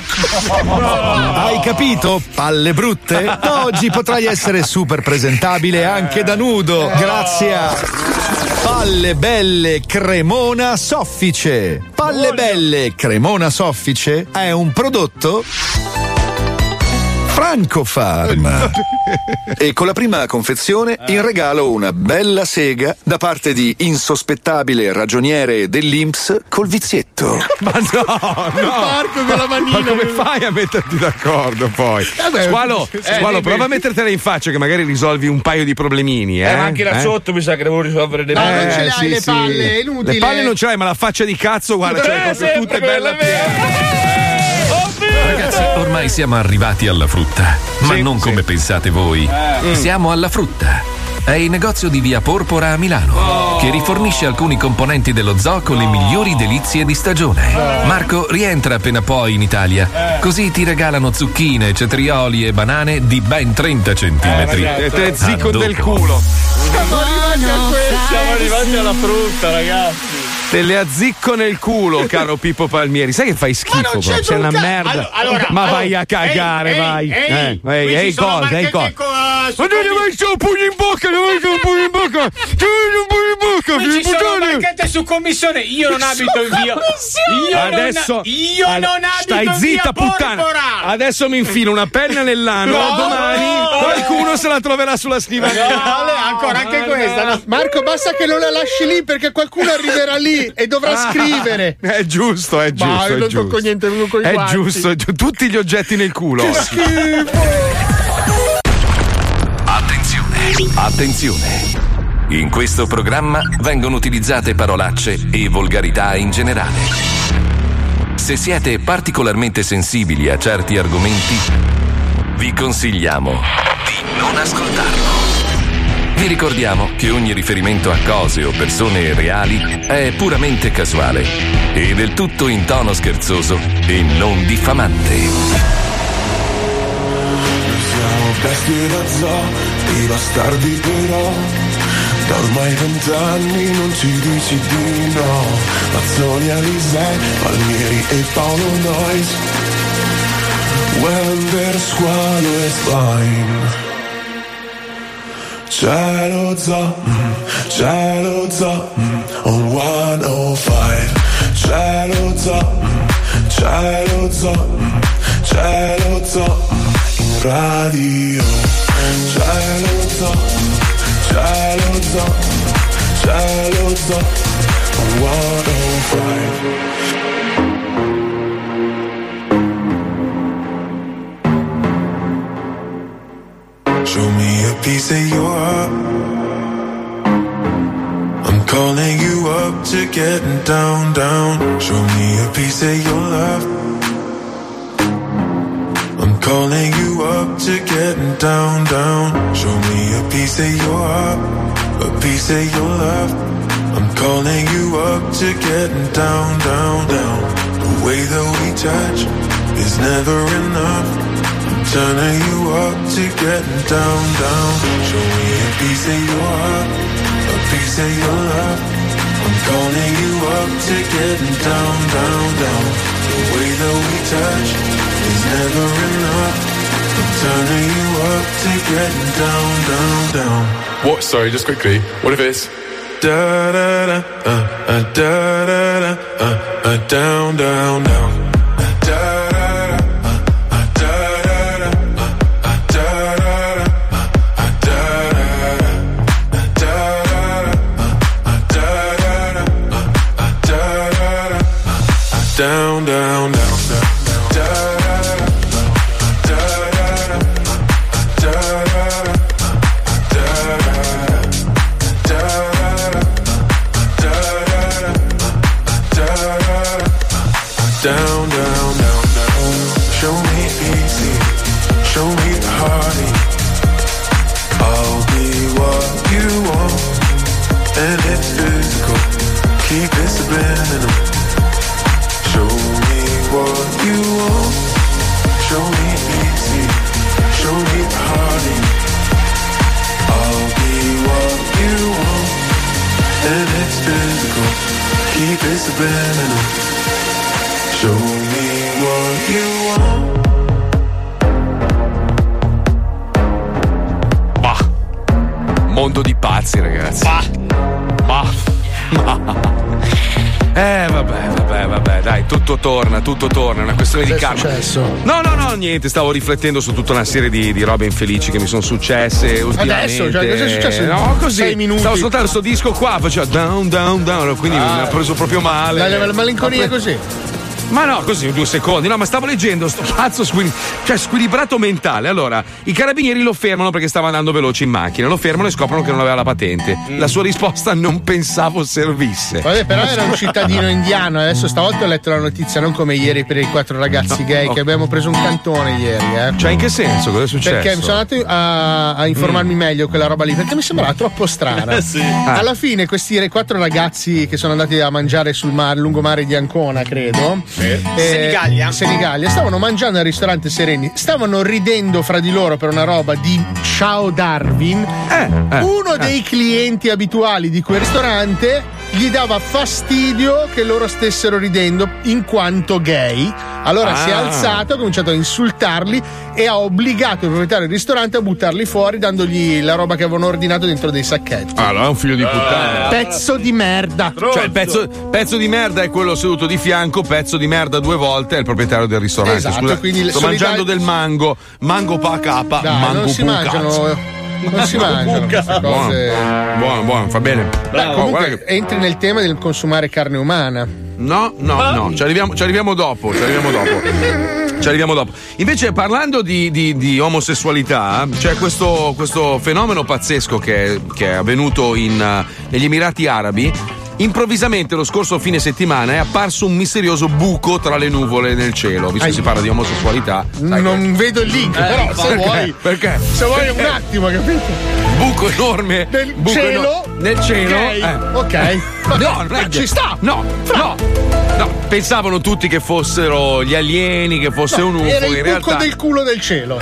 Hai capito, palle brutte? Da oggi potrai essere super presentabile anche da nudo, grazie a Palle belle cremona soffice. Palle belle cremona soffice è un prodotto Franco Farm. E con la prima confezione in regalo una bella sega da parte di insospettabile ragioniere dell'I N P S col vizietto. Ma no, no. Marco con la manina. Ma come fai a metterti d'accordo poi? Vabbè, Squalo, eh, Squalo eh, prova a mettertela in faccia che magari risolvi un paio di problemini. Eh, Eh, ma anche là eh? sotto mi sa che devo risolvere dei No, non problemi. ce le hai sì, le sì. palle, è inutile. Le palle non ce l'hai, ma la faccia di cazzo, guarda, ce l'hai Eh, proprio sempre tutte belle quella, Ragazzi, ormai siamo arrivati alla frutta, ma non come pensate voi. Mm. Siamo alla frutta. È il negozio di via Porpora a Milano, che rifornisce alcuni componenti dello zoo con le migliori delizie di stagione. Marco rientra appena poi in Italia, così ti regalano zucchine, cetrioli e banane di ben trenta centimetri. Eh, te A ziccon del dopo. culo. Siamo arrivati a questo. Siamo arrivati alla frutta, ragazzi. Te le azzicco nel culo, caro Pippo Palmieri. Sai che fai schifo, Ma non c'è proprio, sei una un ca- merda. Allora, allora, ma allora, vai a cagare, ehi, vai. ehi, eh, ehi, ehi, qui ehi, ci sono cosa, ehi, marchette cosa. co- Ma non mi messo un pugno in bocca, non mi messo un pugno in bocca. Tu un pugno in bocca, Qui ci figlio sono puttana. marchette su commissione. Io non abito in via. Io Adesso non, io ad- non abito stai in zitta, via puttana. Porpora. Adesso mi infilo una penna nell'ano. No, domani no, qualcuno se la troverà sulla scrivania. Ale, ancora anche questa. No? Marco, basta che non la lasci lì perché qualcuno arriverà lì e dovrà Ah, scrivere. È giusto, è giusto. Ma io è non giusto. tocco niente, vengo coi È guanti. giusto, è giusto. Tutti gli oggetti nel culo. Che schifo. Attenzione, attenzione. In questo programma vengono utilizzate parolacce e volgarità in generale. Se siete particolarmente sensibili a certi argomenti, vi consigliamo di non ascoltarlo. Vi ricordiamo che ogni riferimento a cose o persone reali è puramente casuale e del tutto in tono scherzoso e non diffamante. Siamo bestie da zoo, i bastardi però. Da ormai vent'anni non ci dici di no. Mazzoni, Alisei, Palmieri e Paolo Noyes. When there's Squalo is fine. C'è lo zoo, mm, c'è lo zoo, mm, on centocinque. C'è lo zoo, mm, c'è lo zoo, mm, c'è lo zoo, mm, in radio. C'è lo zoo, mm, c'è lo zoo, mm, c'è lo zoo, on centocinque. Show me a piece of your heart. I'm calling you up to getting down, down. Show me a piece of your love. I'm calling you up to getting down, down. Show me a piece of your heart, a piece of your love. I'm calling you up to getting down, down, down. The way that we touch is never enough. Turning you up to getting down, down. Show me a piece of your heart, a piece of your love. I'm calling you up to getting down, down, down. The way that we touch is never enough. I'm turning you up to getting down, down, down. What? Sorry, just quickly. What if it's da da da, uh, uh, da da da, uh, uh, down, down, down. Down, down, down, down. Down, down, down, down. Show me easy, show me party. I'll be what you want, and it's physical. Keep it subliminal. Show me what you want. Show me easy, show me party. I'll be what you want, and it's physical. Keep it subliminal. Show me what you want. Bah. Mondo di pazzi, ragazzi. Bah. Bah. Bah. Eh, vabbè, vabbè, vabbè, dai, tutto torna, tutto torna, è una questione di karma. No, no, no, niente, stavo riflettendo su tutta una serie di, di robe infelici che mi sono successe ultimamente. Adesso, cioè, cosa è successo? No, così. Sei minuti. Stavo ascoltando questo disco qua, faceva down, down, down, quindi ah, mi ha preso proprio male. La, la malinconia così. Ma no, così due secondi. No, ma stavo leggendo sto cazzo squil- cioè squilibrato mentale. Allora, i carabinieri lo fermano perché stava andando veloce in macchina. Lo fermano e scoprono che non aveva la patente. Mm. La sua risposta: non pensavo servisse. Vabbè, però era un cittadino indiano. Adesso stavolta ho letto la notizia, non come ieri per i quattro ragazzi no, gay, okay. che abbiamo preso un cantone ieri. Eh. Cioè, in che senso? Cosa è successo? Perché mi sono andato a, a informarmi mm. meglio quella roba lì, perché mi sembrava troppo strana. sì. Alla fine, questi quattro ragazzi che sono andati a mangiare sul mare, lungomare di Ancona, credo. Sì. Eh, Senigallia. Senigallia stavano mangiando al ristorante sereni, stavano ridendo fra di loro per una roba di Ciao Darwin. Eh, eh, Uno eh. dei clienti abituali di quel ristorante gli dava fastidio che loro stessero ridendo in quanto gay. Allora ah. si è alzato, ha cominciato a insultarli e ha obbligato il proprietario del ristorante a buttarli fuori dandogli la roba che avevano ordinato dentro dei sacchetti. Allora è un figlio di puttana. Pezzo di merda. Cioè il pezzo, pezzo di merda è quello seduto di fianco, pezzo di merda due volte è il proprietario del ristorante. Esatto, Scusa, quindi sto solidar- mangiando del mango, mango pa capa, Dai, mango non si pu mangiano. cazzo. Non si mangiano queste cose. Buono, buono, buono, fa bene. Beh, comunque che... entri nel tema del consumare carne umana. No, no, no, ci arriviamo, ci arriviamo dopo, ci arriviamo dopo. Ci arriviamo dopo. Invece, parlando di, di, di omosessualità, c'è questo, questo fenomeno pazzesco che, che è avvenuto in, uh, negli Emirati Arabi. Improvvisamente lo scorso fine settimana è apparso un misterioso buco tra le nuvole nel cielo. Visto che si parla di omosessualità, non che... vedo il link, eh, però se perché? vuoi. Perché? Se vuoi perché? un attimo, capito? Buco enorme nel buco cielo. No, nel cielo. Okay. Eh. Ok. No, non è ci sta. No, Fra. no. No, pensavano tutti che fossero gli alieni, che fosse no, un U F O. Era il in buco realtà... del culo del cielo.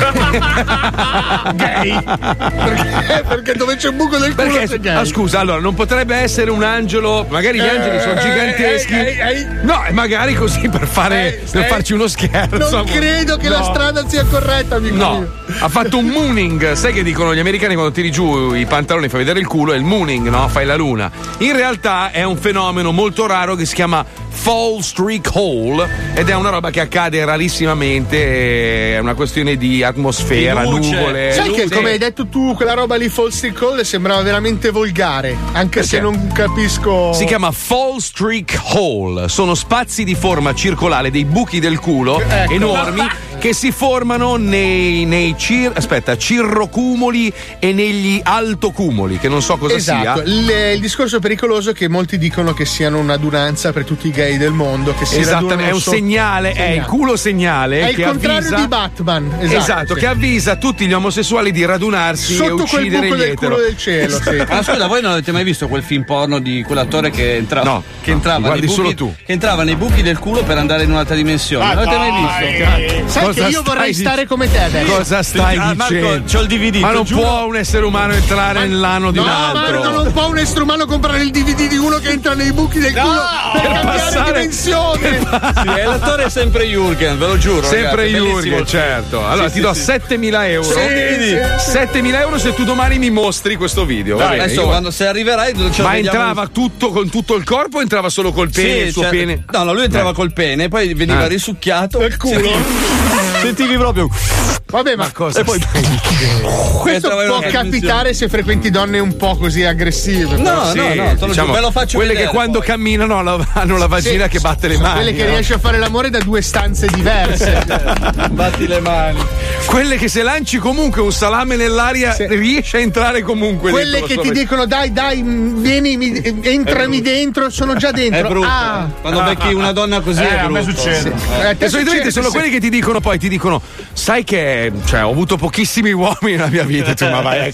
Gay. Perché? Perché dove c'è un buco del culo Perché, c'è gay. ah, scusa, allora non potrebbe essere un angelo, magari gli eh, angeli sono giganteschi. Eh, eh, eh, no, e magari così per fare eh, per eh, farci uno scherzo. Non credo che no. la strada sia corretta, amico No, mio. ha fatto un mooning. Sai che dicono gli americani quando tiri giù i pantaloni, fai vedere il culo, è il mooning, no? Fai la luna. In realtà è un fenomeno molto raro che si chiama Fall Streak Hole ed è una roba che accade rarissimamente, è una questione di atmosfera, di nuvole. Sai luce. che come hai detto tu, quella roba lì Fall Streak Hole sembrava veramente volgare, anche Perché? se non capisco. Si chiama Fall Streak Hole, sono spazi di forma circolare, dei buchi del culo ecco. enormi che si formano nei, nei cir- aspetta, cirrocumuli e negli altocumuli, che non so cosa esatto. sia. Il, il discorso pericoloso è che molti dicono che siano un'adunanza per tutti i gay del mondo, che si Esattamente, è un so- segnale, segnale, è il culo segnale. È il che contrario avvisa, di Batman. Esatto, esatto sì. che avvisa tutti gli omosessuali di radunarsi sotto e uccidere quel buco gli del etero. culo del cielo. Sì. Ma scusa, voi non avete mai visto quel film porno di quell'attore che entrava, no, che entrava, no, nei, guardi buchi, solo tu. che entrava nei buchi del culo per andare in un'altra dimensione? Ah, non l'avete mai dai. visto? Sai Cosa che io vorrei stai stare come te adesso. Cosa stai Ah, dicendo? Marco, c'ho il D V D. Ma non giuro. può un essere umano entrare nell'ano di no, un altro. Marco, non può un essere umano comprare il D V D di uno che entra nei buchi del No, culo per per cambiare passare- dimensione. Sì, e l'attore è sempre Jürgen, ve lo giuro. Sempre ragazzi, Jürgen, bellissimo. certo. Allora Sì, ti sì, do sì. settemila euro. Sì, sì, sì. settemila euro se tu domani mi mostri questo video. va Dai, bene? adesso Io- quando se arriverai ce lo Ma vediamo- entrava tutto con tutto il corpo o entrava solo col pene? Sì, il suo cioè- pene? No, no, lui entrava Eh. col pene, poi veniva Ah. risucchiato. Nel culo. Sentivi proprio. Vabbè, ma, Ma cosa E poi stai dicendo? questo entrava in può una capitare se frequenti donne un po' così aggressive. No, però. no, Sì, no, te lo diciamo, giuro, ve lo faccio quelle vedere che quando poi. camminano hanno hanno la vagina Sì, che batte le mani. Quelle che no? riesci a fare l'amore da due stanze diverse. Batti le mani. Quelle che se lanci comunque un salame nell'aria Sì. riesce a entrare comunque. Quelle dentro che la ti sua dicono dai dai m, vieni mi- entrami dentro, sono già È dentro. brutto. Ah. Quando becchi una donna così Eh, è a me brutto. succede. Eh, te E solitamente succede, sono sì. quelli che ti dicono poi, ti dicono, sai che cioè, ho avuto pochissimi uomini nella mia vita. E tu, ma vai a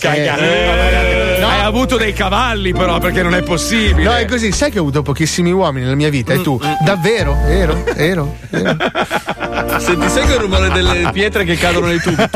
cagare. No. Hai avuto dei cavalli, però, perché non è possibile. No, è così, sai che ho avuto pochissimi uomini nella mia vita e tu, davvero? Ero, ero, ero. Senti, sai quel rumore delle pietre che cadono nei tubi?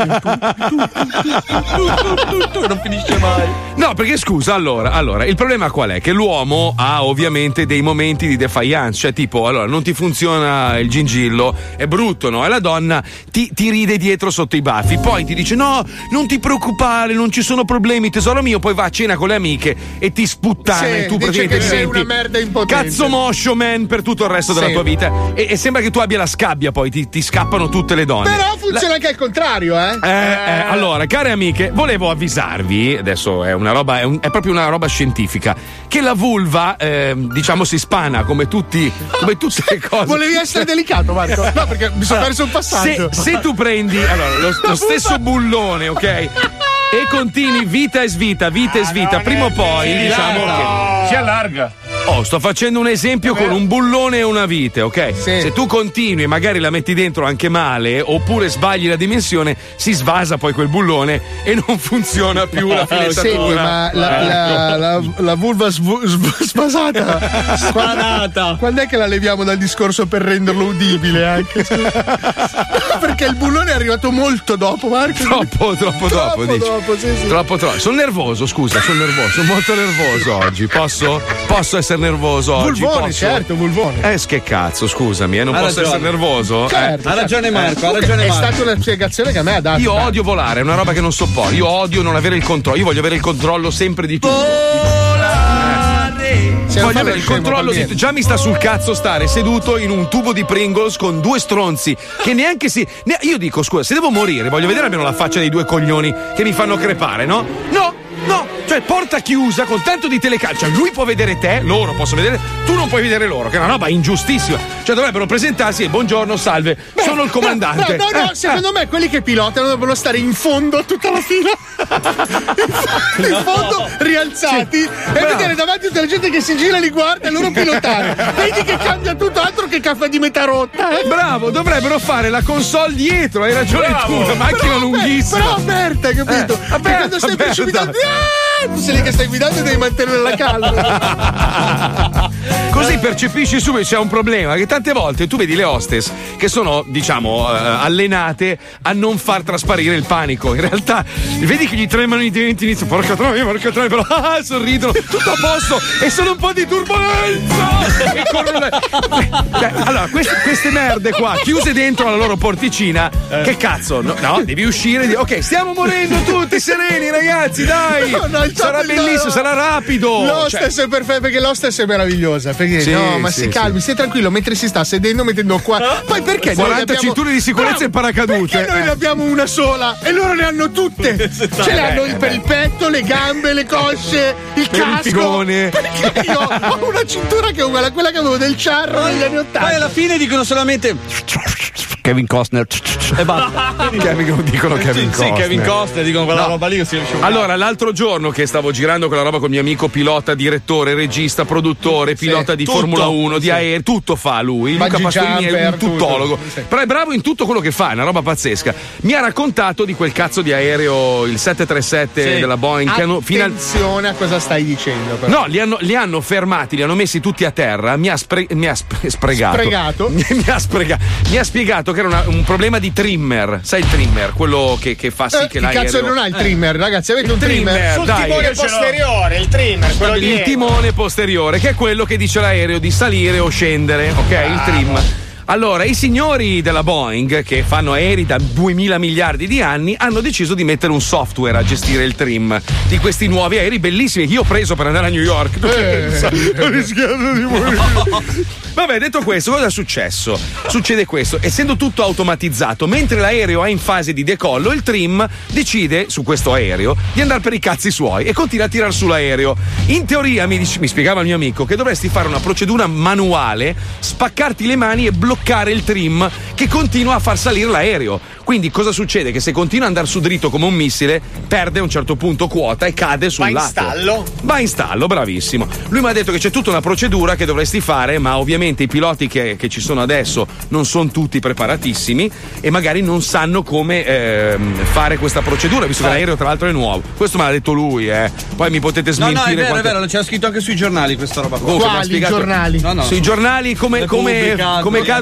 Non finisce mai. No, perché scusa, allora, allora, il problema qual è? Che l'uomo ha ovviamente dei momenti di defiance, cioè tipo, allora, non ti funziona il gingillo, è brutto, no? E la donna ti, ti ride dietro sotto i baffi, poi ti dice no, non ti preoccupare, non ci sono problemi, tesoro mio, poi va a cena con le amiche e ti sputtana Sì, e tu dice praticamente che sei diventi una merda impotente. cazzo moscio, man, per tutto il resto della Sì. tua vita. E, e sembra che tu abbia la scabbia, poi ti, ti scappano tutte le donne. Però funziona anche al contrario, eh? Eh, eh, allora, care amiche, volevo avvisarvi, adesso è una roba, è, un- è proprio una roba scientifica, che la vulva, eh, diciamo, si spana come tutti, come tutte le cose. Volevi essere delicato, Marco? No, perché mi sono Allora, perso un passaggio. Se, se tu prendi allora, lo, lo stesso bullone, ok? E continui vita e svita, vita e svita, prima o poi, diciamo che Si allarga. Oh, sto facendo un esempio con un bullone e una vite, ok? Se tu continui e magari la metti dentro anche male, oppure sbagli la dimensione, si svasa poi quel bullone e non funziona più la filettatura. Senti, ma la, la, la, la vulva svu- sv- sbasata, Spanata. Quando è che la leviamo dal discorso per renderlo udibile anche? Perché il bullone è arrivato molto dopo, Marco. Troppo, troppo dopo, Troppo dici. dopo, sì, sì. Troppo, troppo. Sono nervoso, scusa, sono nervoso, sono molto nervoso oggi. Posso? Posso essere nervoso oggi? Vulvone, Posso? certo, vulvone. Eh, che cazzo, scusami, eh, non Ha posso ragione. essere nervoso? Certo, Eh. Ha ragione Marco, ha Comunque, ragione è Marco. stata una spiegazione che a me ha dato. Io dai. odio volare, è una roba che non sopporto. Io odio non avere il controllo. Io voglio avere il controllo sempre di tutto. Se non Voglio fa avere lo il scemo, controllo va di bene. già mi sta sul cazzo stare seduto in un tubo di Pringles con due stronzi che neanche si. ne- io dico, scusa, se devo morire, voglio vedere almeno la faccia dei due coglioni che mi fanno crepare, no? No! No, cioè porta chiusa con tanto di telecamere. Cioè lui può vedere te, loro possono vedere, tu non puoi vedere loro, che è una roba ingiustissima. Cioè dovrebbero presentarsi e buongiorno, salve, sono il comandante. No, no, no, Eh, secondo me quelli che pilotano devono stare in fondo a tutta la fila. In fondo, rialzati, e vedere davanti tutta la gente che si gira e li guarda e loro pilotare. Vedi che cambia tutto altro che caffè di metà rotta. eh. Bravo, dovrebbero fare la console dietro, hai ragione Bravo. tu, una macchina Però, lunghissima. Però aperta, capito? Eh, Che aperta, quando stai aperta. precipitando, ah, tu sei lì che stai guidando e devi mantenere la calma. Così percepisci subito c'è un problema, che tante volte tu vedi le hostess che sono, diciamo, eh, allenate a non far trasparire il panico. In realtà vedi che gli tremano i denti, iniziano, porca troia, porca troia, però ah, sorridono, tutto a posto e sono un po' di turbolenza. E corrono le- Cioè, allora, queste, queste merde qua, chiuse dentro la loro porticina, che cazzo? No, no, devi uscire e dire, ok, stiamo morendo tutti sereni, ragazzi, dai! No, no, il sarà top- bellissimo, no. sarà rapido! L'hostess Cioè, è perfetta, perché l'hostess è meravigliosa. Perché Sì, no, ma sì, si sì. calmi, stai tranquillo mentre si sta sedendo, mettendo qua. Poi perché noi quaranta abbiamo... cinture di sicurezza e paracadute. Perché noi Eh. ne abbiamo una sola e loro ne hanno tutte. Ce le hanno per il petto, le gambe, le cosce, il Per il casco. figone. Perché io ho una cintura che è uguale a quella che avevo del Charro negli anni Poi ottanta. alla fine dicono solamente Kevin Costner e basta. Kevin, dicono Kevin Sì, Costner. Kevin Costner, dicono quella No. roba lì. Si riesce a- Allora, l'altro giorno che stavo girando quella roba col mio amico pilota, direttore, regista, produttore, pilota di tutto. Formula uno, di Sì. aerei, tutto fa lui. Bungee Luca Pastorini è jumper, un tuttologo. tutto. Sì. Però è bravo in tutto quello che fa, è una roba pazzesca. Mi ha raccontato di quel cazzo di aereo, il sette tre sette Sì. della Boeing. Che hanno final- Attenzione a cosa stai dicendo. però. No, li hanno, li hanno fermati, li hanno messi tutti a terra. Mi ha, spre- mi ha spre- spregato. Spregato? mi, ha sprega- mi ha spiegato che era una- un problema di trimmer. Sai il trimmer? Quello che, che fa sì Eh, che il l'aereo. cazzo non ha il trimmer, ragazzi. Avete Il un trimmer? trimmer, Sul dai. timone Io ce l'ho. posteriore, il trimmer, quello il dietro. timone posteriore, che è quello che dice l'aereo di salire o scendere, ok? Il trim. Allora, i signori della Boeing, che fanno aerei da duemila miliardi di anni, hanno deciso di mettere un software a gestire il trim di questi nuovi aerei bellissimi che io ho preso per andare a New York. Tu pensa? Ho rischiato di morire. Vabbè, detto questo, cosa è successo? Succede questo, essendo tutto automatizzato, mentre l'aereo è in fase di decollo, il trim decide su questo aereo di andare per i cazzi suoi e continua a tirare sull'aereo. In teoria, mi, dice- mi spiegava il mio amico, che dovresti fare una procedura manuale, spaccarti le mani e bloccare il trim che continua a far salire l'aereo. Quindi cosa succede? Che se continua ad andare su dritto come un missile, perde a un certo punto quota e cade sul Va in lato. stallo? Va in stallo, bravissimo. Lui mi ha detto che c'è tutta una procedura che dovresti fare, ma ovviamente i piloti che, che ci sono adesso non sono tutti preparatissimi e magari non sanno come ehm, fare questa procedura, visto che l'aereo tra l'altro è nuovo. Questo me l'ha detto lui, eh. Poi mi potete No, smentire. no, è vero, quante- è vero, c'era scritto anche sui giornali questa roba qua. Comunque, mi ha Quali spiegato- giornali? No, no. Sui giornali come, come, Repubblica, come Repubblica, cadono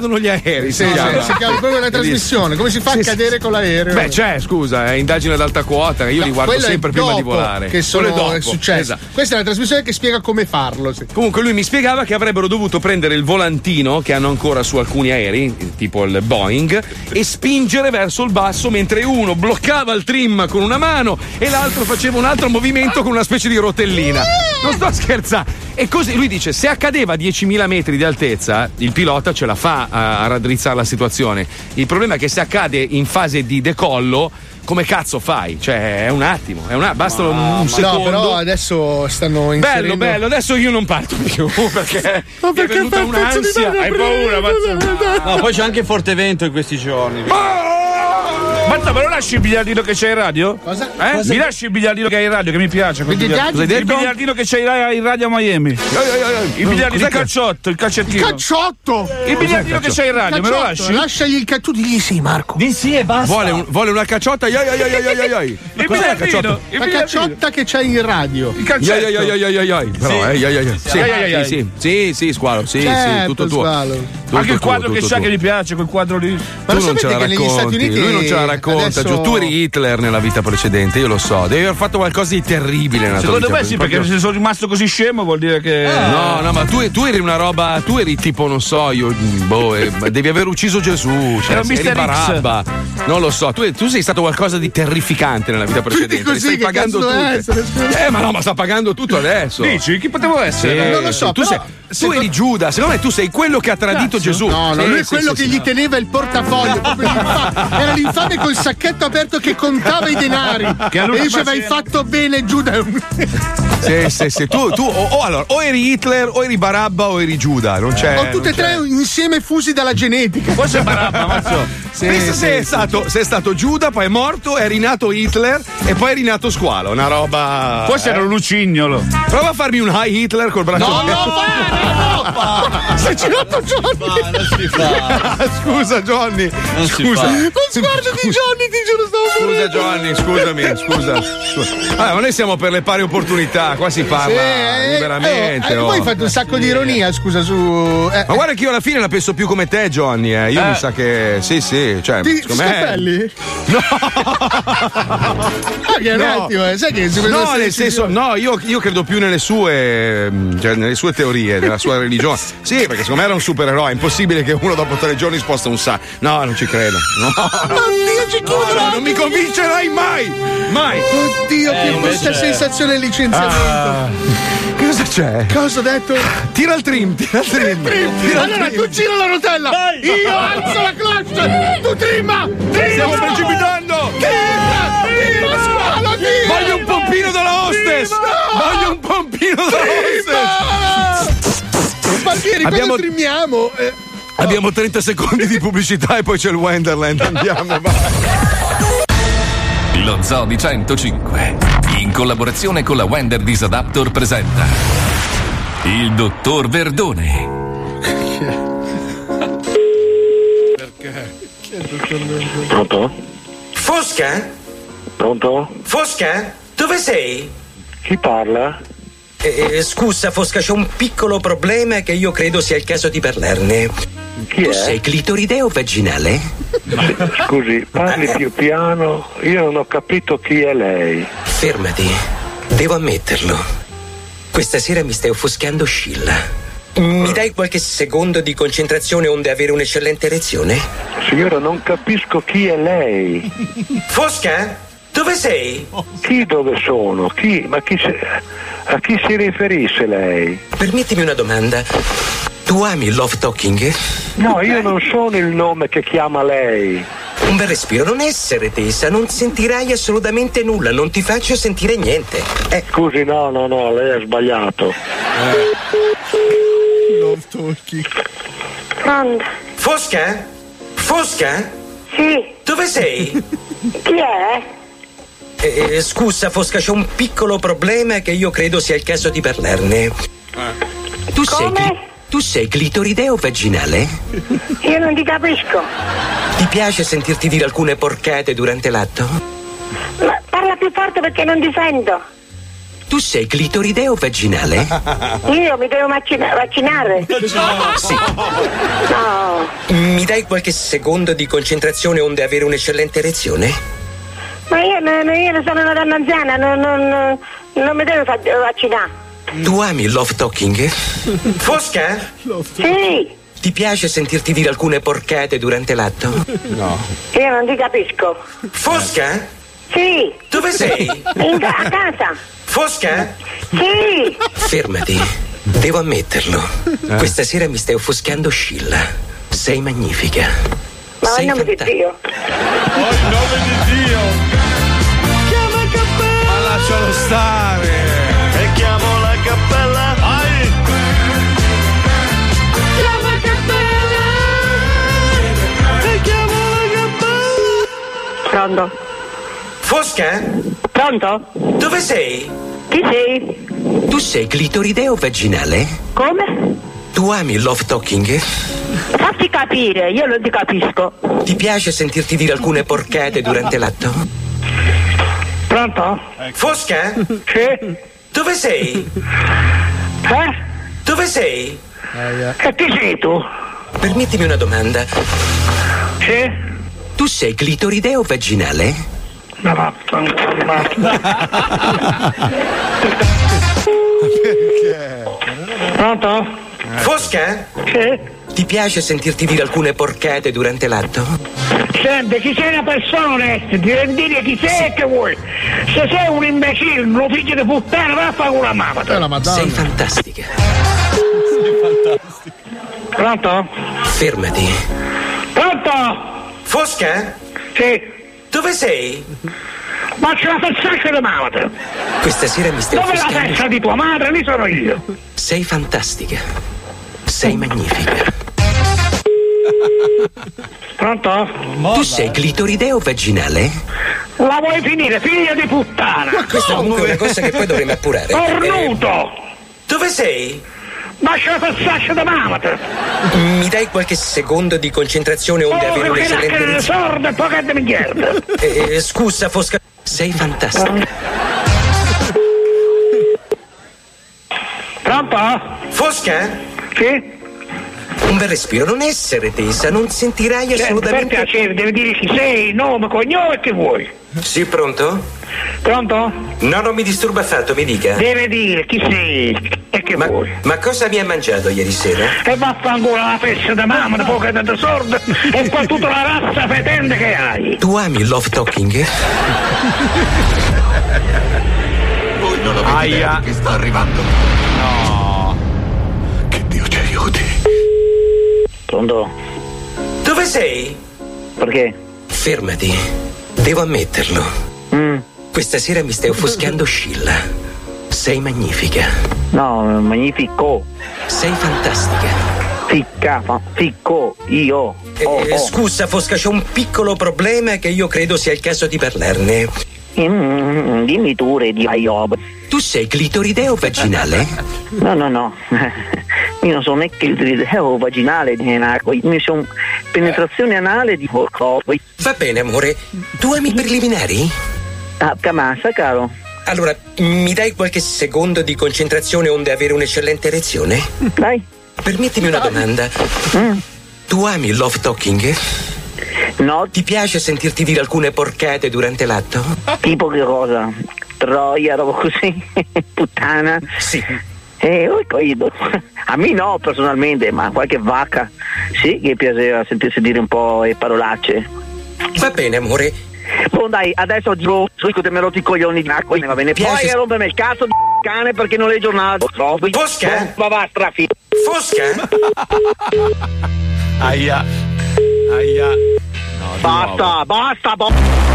cadono gli aerei. Sì, sì, si chiama proprio una trasmissione. Come si fa a cadere con l'aereo? Beh, c'è, scusa, è indagine ad alta quota. Io No, li guardo quello è sempre prima di dopo volare. Che sono Quello è è dopo. successo. Esatto. Questa è una trasmissione che spiega come farlo. Sì. Comunque lui mi spiegava che avrebbero dovuto prendere il volantino che hanno ancora su alcuni aerei, tipo il Boeing, e spingere verso il basso mentre uno bloccava il trim con una mano e l'altro faceva un altro movimento con una specie di rotellina. Non sto scherzando. E così lui dice: se accadeva a diecimila metri di altezza, il pilota ce la fa a, a raddrizzare la situazione. Il problema è che se accade in fase di decollo, come cazzo fai? Cioè, è un attimo, è una, basta un, un secondo. No, però adesso stanno inserendo... Bello, bello, adesso io non parto più perché, Ma perché è venuta fai il pezzo di un'ansia. merda? Hai paura, Mazza? No, poi c'è anche Forte Vento in questi giorni. Mazza, me lo lasci il biliardino che c'è in radio? Cosa? Eh? Cosa? Mi lasci il biliardino che hai in radio, che mi piace. quel Quindi biliardino. già- Il biliardino che c'è in radio a Miami. Il biliardino, il calciotto, il calcettino. Cacciotto! Il biliardino che c'è in radio, me lo Cacciotto, lasci? Lasciagli il ca- tu digli sì, Marco. Di sì e basta. Vuole, un- vuole una cacciotta? Yoi, yoi, yoi, yoi, yoi. Il Cos'è la biliardino, cacciotta? il La biliardino. cacciotta che c'è in radio. Il Yoi, calcetto. yoi, yoi, yoi, yoi, yoi. Però, eh, yoi, yoi, yoi. Sì, Yoi, yoi, yoi. sì, sì, sì, sì, squalo, sì, sì, Certo, tutto tuo. Squalo. Tutto Anche il tuo, quadro che tutto c'ha tuo. che gli piace, quel quadro lì. Ma Tu lo non ce la sapete che negli racconti, Stati Uniti lui non ce la racconta, adesso- giù. Tu eri Hitler nella vita precedente, io lo so. Devi aver fatto qualcosa di terribile nella tua Secondo vita. me sì, perché proprio- se sono rimasto così scemo vuol dire che. No, no, ma tu, tu eri una roba, tu eri tipo, non so, io, boh, eh, devi aver ucciso Gesù, cioè, Era un eri mister X. Barabba. Non lo so, tu, tu sei stato qualcosa di terrificante nella vita precedente. così, le stai che pagando cazzo deve tutte. essere? Eh, ma no, ma sta pagando tutto adesso. Dici? Chi potevo essere? Sì, Non lo so, tu, però- sei, tu eri Giuda, secondo me tu sei quello che ha tradito Gesù. No, no, Sì, lui è sì, quello sì, che sì. gli teneva il portafoglio. proprio l'infame. Era l'infame col sacchetto aperto che contava i denari. Che E all'ultima diceva: hai cena- fatto bene, Giuda. Sì, sì, sì. Tu, tu o, o allora, o eri Hitler, o eri Barabba, o eri Giuda. Non c'è. O tutte e non c'è. tre insieme fusi dalla genetica. Forse Barabba, mazzo. Pensa sì, se, è sì. stato, se è stato Giuda, poi è morto, è rinato Hitler e poi è rinato Squalo. Una roba. Forse eh. era un lucignolo. Prova a farmi un high Hitler col braccio No, aperto. no, fare! Sei girato Johnny! Ma non si fa. Scusa, Johnny. Non si Scusa. fa. Non sguardo di Johnny, ti giuro, stavo Scusa morendo. Giovanni, scusami, scusa. scusa. Ah, ma noi siamo per le pari opportunità, qua si parla Sì, eh, liberamente. eh, oh, oh. poi hai fatto un sacco di ironia, scusa, su. eh, Ma guarda che io alla fine la penso più come te, Johnny. Eh. Io Eh. mi sa che. Sì, sì. Cioè, Ti secondo me. scappelli? No! Ah, che un No. attimo, eh, sai che si No, nel senso, no, io, io credo più nelle sue, mm, cioè nelle sue teorie, nella sua religione. Sì, perché secondo me era un supereroe. È impossibile che uno dopo tre giorni sposta un sa. No, non ci credo. No. Oddio, ci No, no, non mi convincerai mai! Mai! Oddio, che invece- brutta sensazione il licenziamento. Che cosa c'è? Cosa ho detto? Tira il trim, tira il trim. Tira il Allora trim. tu gira la rotella. Vai. Io alzo la clutch. Tu trimma. Trimma. Stiamo precipitando! Trimma. Trimma, squalo, trimma. Voglio un pompino dalla hostess! Voglio un pompino dalla hostess! Barbieri, Abbiamo- quando trimmiamo? Eh, Abbiamo trenta secondi di pubblicità e poi c'è il Wonderland. Andiamo, vai. Lo Zoo di centocinque, in collaborazione con la Wender Disadaptor, presenta il Dottor Verdone. Pronto? Fosca? Pronto? Fosca? Dove sei? Chi parla? Eh, scusa, Fosca, c'è un piccolo problema che io credo sia il caso di parlarne. Chi tu è? sei clitoride o vaginale? Scusi, parli più piano. Io non ho capito chi è lei. Fermati, devo ammetterlo. Questa sera mi stai offuscando Scilla. Mi dai qualche secondo di concentrazione onde avere un'eccellente erezione? Signora, non capisco chi è lei. Fosca? Dove sei? Chi dove sono? Chi? Ma chi si... a chi si riferisce lei? Permettimi una domanda. Tu ami il love talking? No, io non sono il nome che chiama lei. Un bel respiro, non essere tesa, non sentirai assolutamente nulla, non ti faccio sentire niente. Eh. Scusi, no, no, no, lei ha sbagliato. Love talking. Pronto? Fosca? Fosca? Sì. Dove sei? Chi è? Eh, scusa, Fosca, c'è un piccolo problema che io credo sia il caso di parlarne. Tu sei, cli- tu sei clitoride o vaginale? Io non ti capisco. Ti piace sentirti dire alcune porcate durante l'atto? Ma parla più forte perché non ti sento. Tu sei clitorideo vaginale? Io mi devo vaccina- vaccinare? Sì. No. Mi dai qualche secondo di concentrazione onde avere un'eccellente erezione? Ma io, no, io sono una donna anziana, non, non, non mi devo fa- vaccinare. Tu ami il love talking? Fosca? Sì. Ti piace sentirti dire alcune porcate durante l'atto? No. Io non ti capisco. Fosca? Sì. Dove sei? In ca- a casa. Fosca? Sì. Fermati. Devo ammetterlo. Eh. Questa sera mi stai offuscando Scilla. Sei magnifica. Ma Sei in nome di Dio. Oh, in nome di Dio! Chiama Cappella! Ma lascialo stare! E chiamo la Cappella! Vai! Chiama Cappella! E chiamo la Cappella! Pronto? Fosca? Pronto? Dove sei? Chi sei? Tu sei clitorideo vaginale? Come? Tu ami il love talking? Fatti capire, io non ti capisco. Ti piace sentirti dire alcune porcate durante l'atto? Pronto? Fosca? Sì. Dove sei? Eh? Dove sei? E chi sei tu? Permettimi una domanda. Sì? Tu sei clitorideo vaginale? Ma vaffanculo. Pronto? Fosca? Sì. Ti piace sentirti dire alcune porcate durante l'atto? Senti, chi sei una persona onesta, ti devi dire chi sei e che vuoi. Se sei un imbecille, un figlio di puttana, vai a fare una mamma. Sei fantastica. Pronto? Fermati. Pronto? Fosca? Sì. Dove sei? Ma c'è la fessaccia di madre. Questa sera mi stai Dove è la offuscando. fessa di tua madre? Lì sono io. Sei fantastica. Sei magnifica. Pronto? Tu sei clitorideo vaginale? La vuoi finire, figlia di puttana? Questa comunque è una cosa che poi dovremmo appurare. Cornuto! Eh, dove sei? Ma c'è la fessaccia di madre. Mi dai qualche secondo di concentrazione onde Oh, avere che un'eccellente ne erezione? sorda e poi che mi chiede. Eh, scusa, Fosca. Sei fantastica. Pronto? Fosca? Sì? Un bel respiro, non essere tesa, non sentirai Per assolutamente. piacere, devi dire chi sei, nome, cognome e che vuoi. Sì, pronto? Pronto? No, non mi disturba affatto, mi dica. Deve dire chi sei e che Ma, vuoi. ma cosa mi ha mangiato ieri sera? E vaffanculo la fessa da mamma, dopo che da sorda e poi tutta la razza fetente che hai. Tu ami il love talking? Voi non avete idea che sta arrivando. No. Che Dio ci aiuti. Pronto? Dove sei? Perché? Fermati. Devo ammetterlo. Mm. Questa sera mi stai offuscando Scilla. Sei magnifica. No, magnifico. Sei fantastica. Ficca, fa, ficco, io. Eh, Oh, oh. Scusa, Fosca, c'è un piccolo problema che io credo sia il caso di parlarne. Mm, dimmi tu, Re di Aiob. Tu sei clitorideo vaginale? No, no, no. Io non sono né clitorideo vaginale di narco, io sono penetrazione anale di corpo. Va bene, amore. Tu ami i preliminari? Ah, camassa, caro. Allora, mi dai qualche secondo di concentrazione onde avere un'eccellente erezione? Dai. Permettimi una domanda. Mm. Tu ami il love talking? No. Ti piace sentirti dire alcune porcate durante l'atto? Tipo che cosa? Troia, roba così? Puttana? Sì. Eh, ho capito. A me no, personalmente, ma qualche vacca sì che piaceva sentirsi dire un po' le parolacce. Va bene, amore. Boh, dai, adesso dico, te me rotti i coglioni di acqua, va bene. Piace- Poi rompermi il cazzo di cane perché non leggi giornale. Fosca? Ma va, strafi. Fosca? Aia. Aia. No, di Basta, nuovo. basta, bo-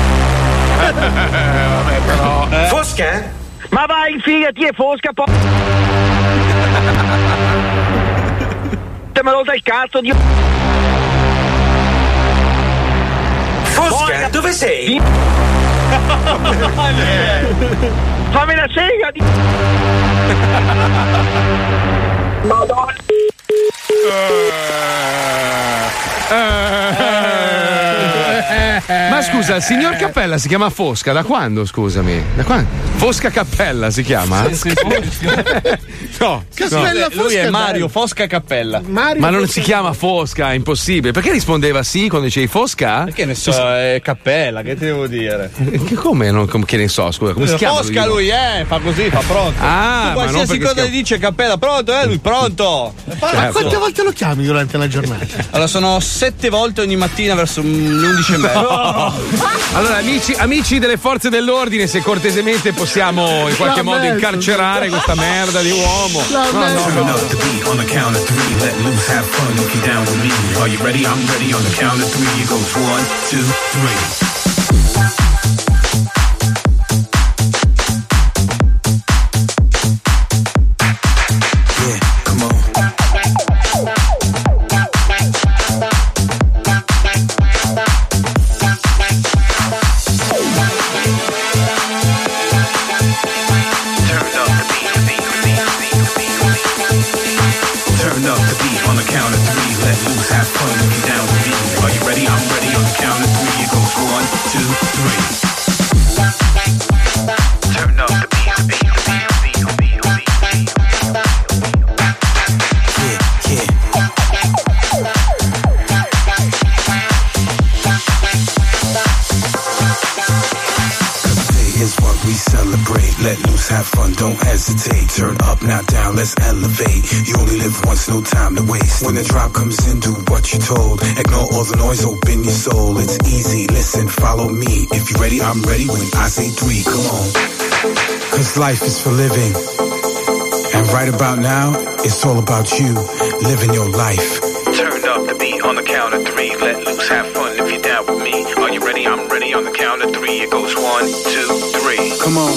Vabbè, però. eh. Fosca? Ma vai, figati e fosca, po- te me lo dai il cazzo di... Fosca, Poi- dove sei? Fammi la sega di... Madonna. Ma scusa, il signor Cappella si chiama Fosca da quando? Scusami, da quando? Fosca Cappella si chiama? Sì, sì, sì. No, Cappella no. Fosca. Lui è Mario dai. Fosca Cappella. Mario Ma non Fosca- si chiama Fosca, è impossibile. Perché rispondeva sì quando dicevi Fosca? Che ne so, è Cappella, che ti devo dire? Che come? Non, com- che ne so, scusa, come si chiama? Fosca lui, eh, fa così, fa pronto. Ah, tu ma qualsiasi non perché cosa si chiama- gli dice Cappella, pronto, eh, lui pronto. Ma quante volte lo chiami durante la giornata? Allora, sono sette volte ogni mattina verso mm, le undici e mezza. Allora, amici, amici delle forze dell'ordine, se cortesemente possiamo in qualche La modo merda. incarcerare questa merda di uomo. La No, merda. no, Turn no. up the beat on the count of three. Let loose, have fun if you're down with me. Are you ready? I'm ready. On the count of three, it goes one, two, three. Yeah, come on. Turn up the beat, the beat, the beat, the beat, the beat, the beat. Turn up the beat on the count of three. Let loose, have fun if you're down with me. Are you ready? I'm ready. On the count of three, it goes one, two, three. Turn up the beat, the beat, the beat, the beat, the beat, the beat, the beat. Yeah, yeah. Today is what we celebrate. Let loose, have fun, don't hesitate. Turn up, not down, let's elevate. You only live once, no time to waste. When the drop comes in, do what you're told. Ignore all the noise, open your soul. It's easy, listen, follow me. If you're ready, I'm ready. When I say three, come on. Cause life is for living. And right about now, it's all about you, living your life. Turn up the beat on the count of three. Let loose, have fun if you're down with me. Are you ready? I'm ready. On the count of three, it goes one, two, three. Come on.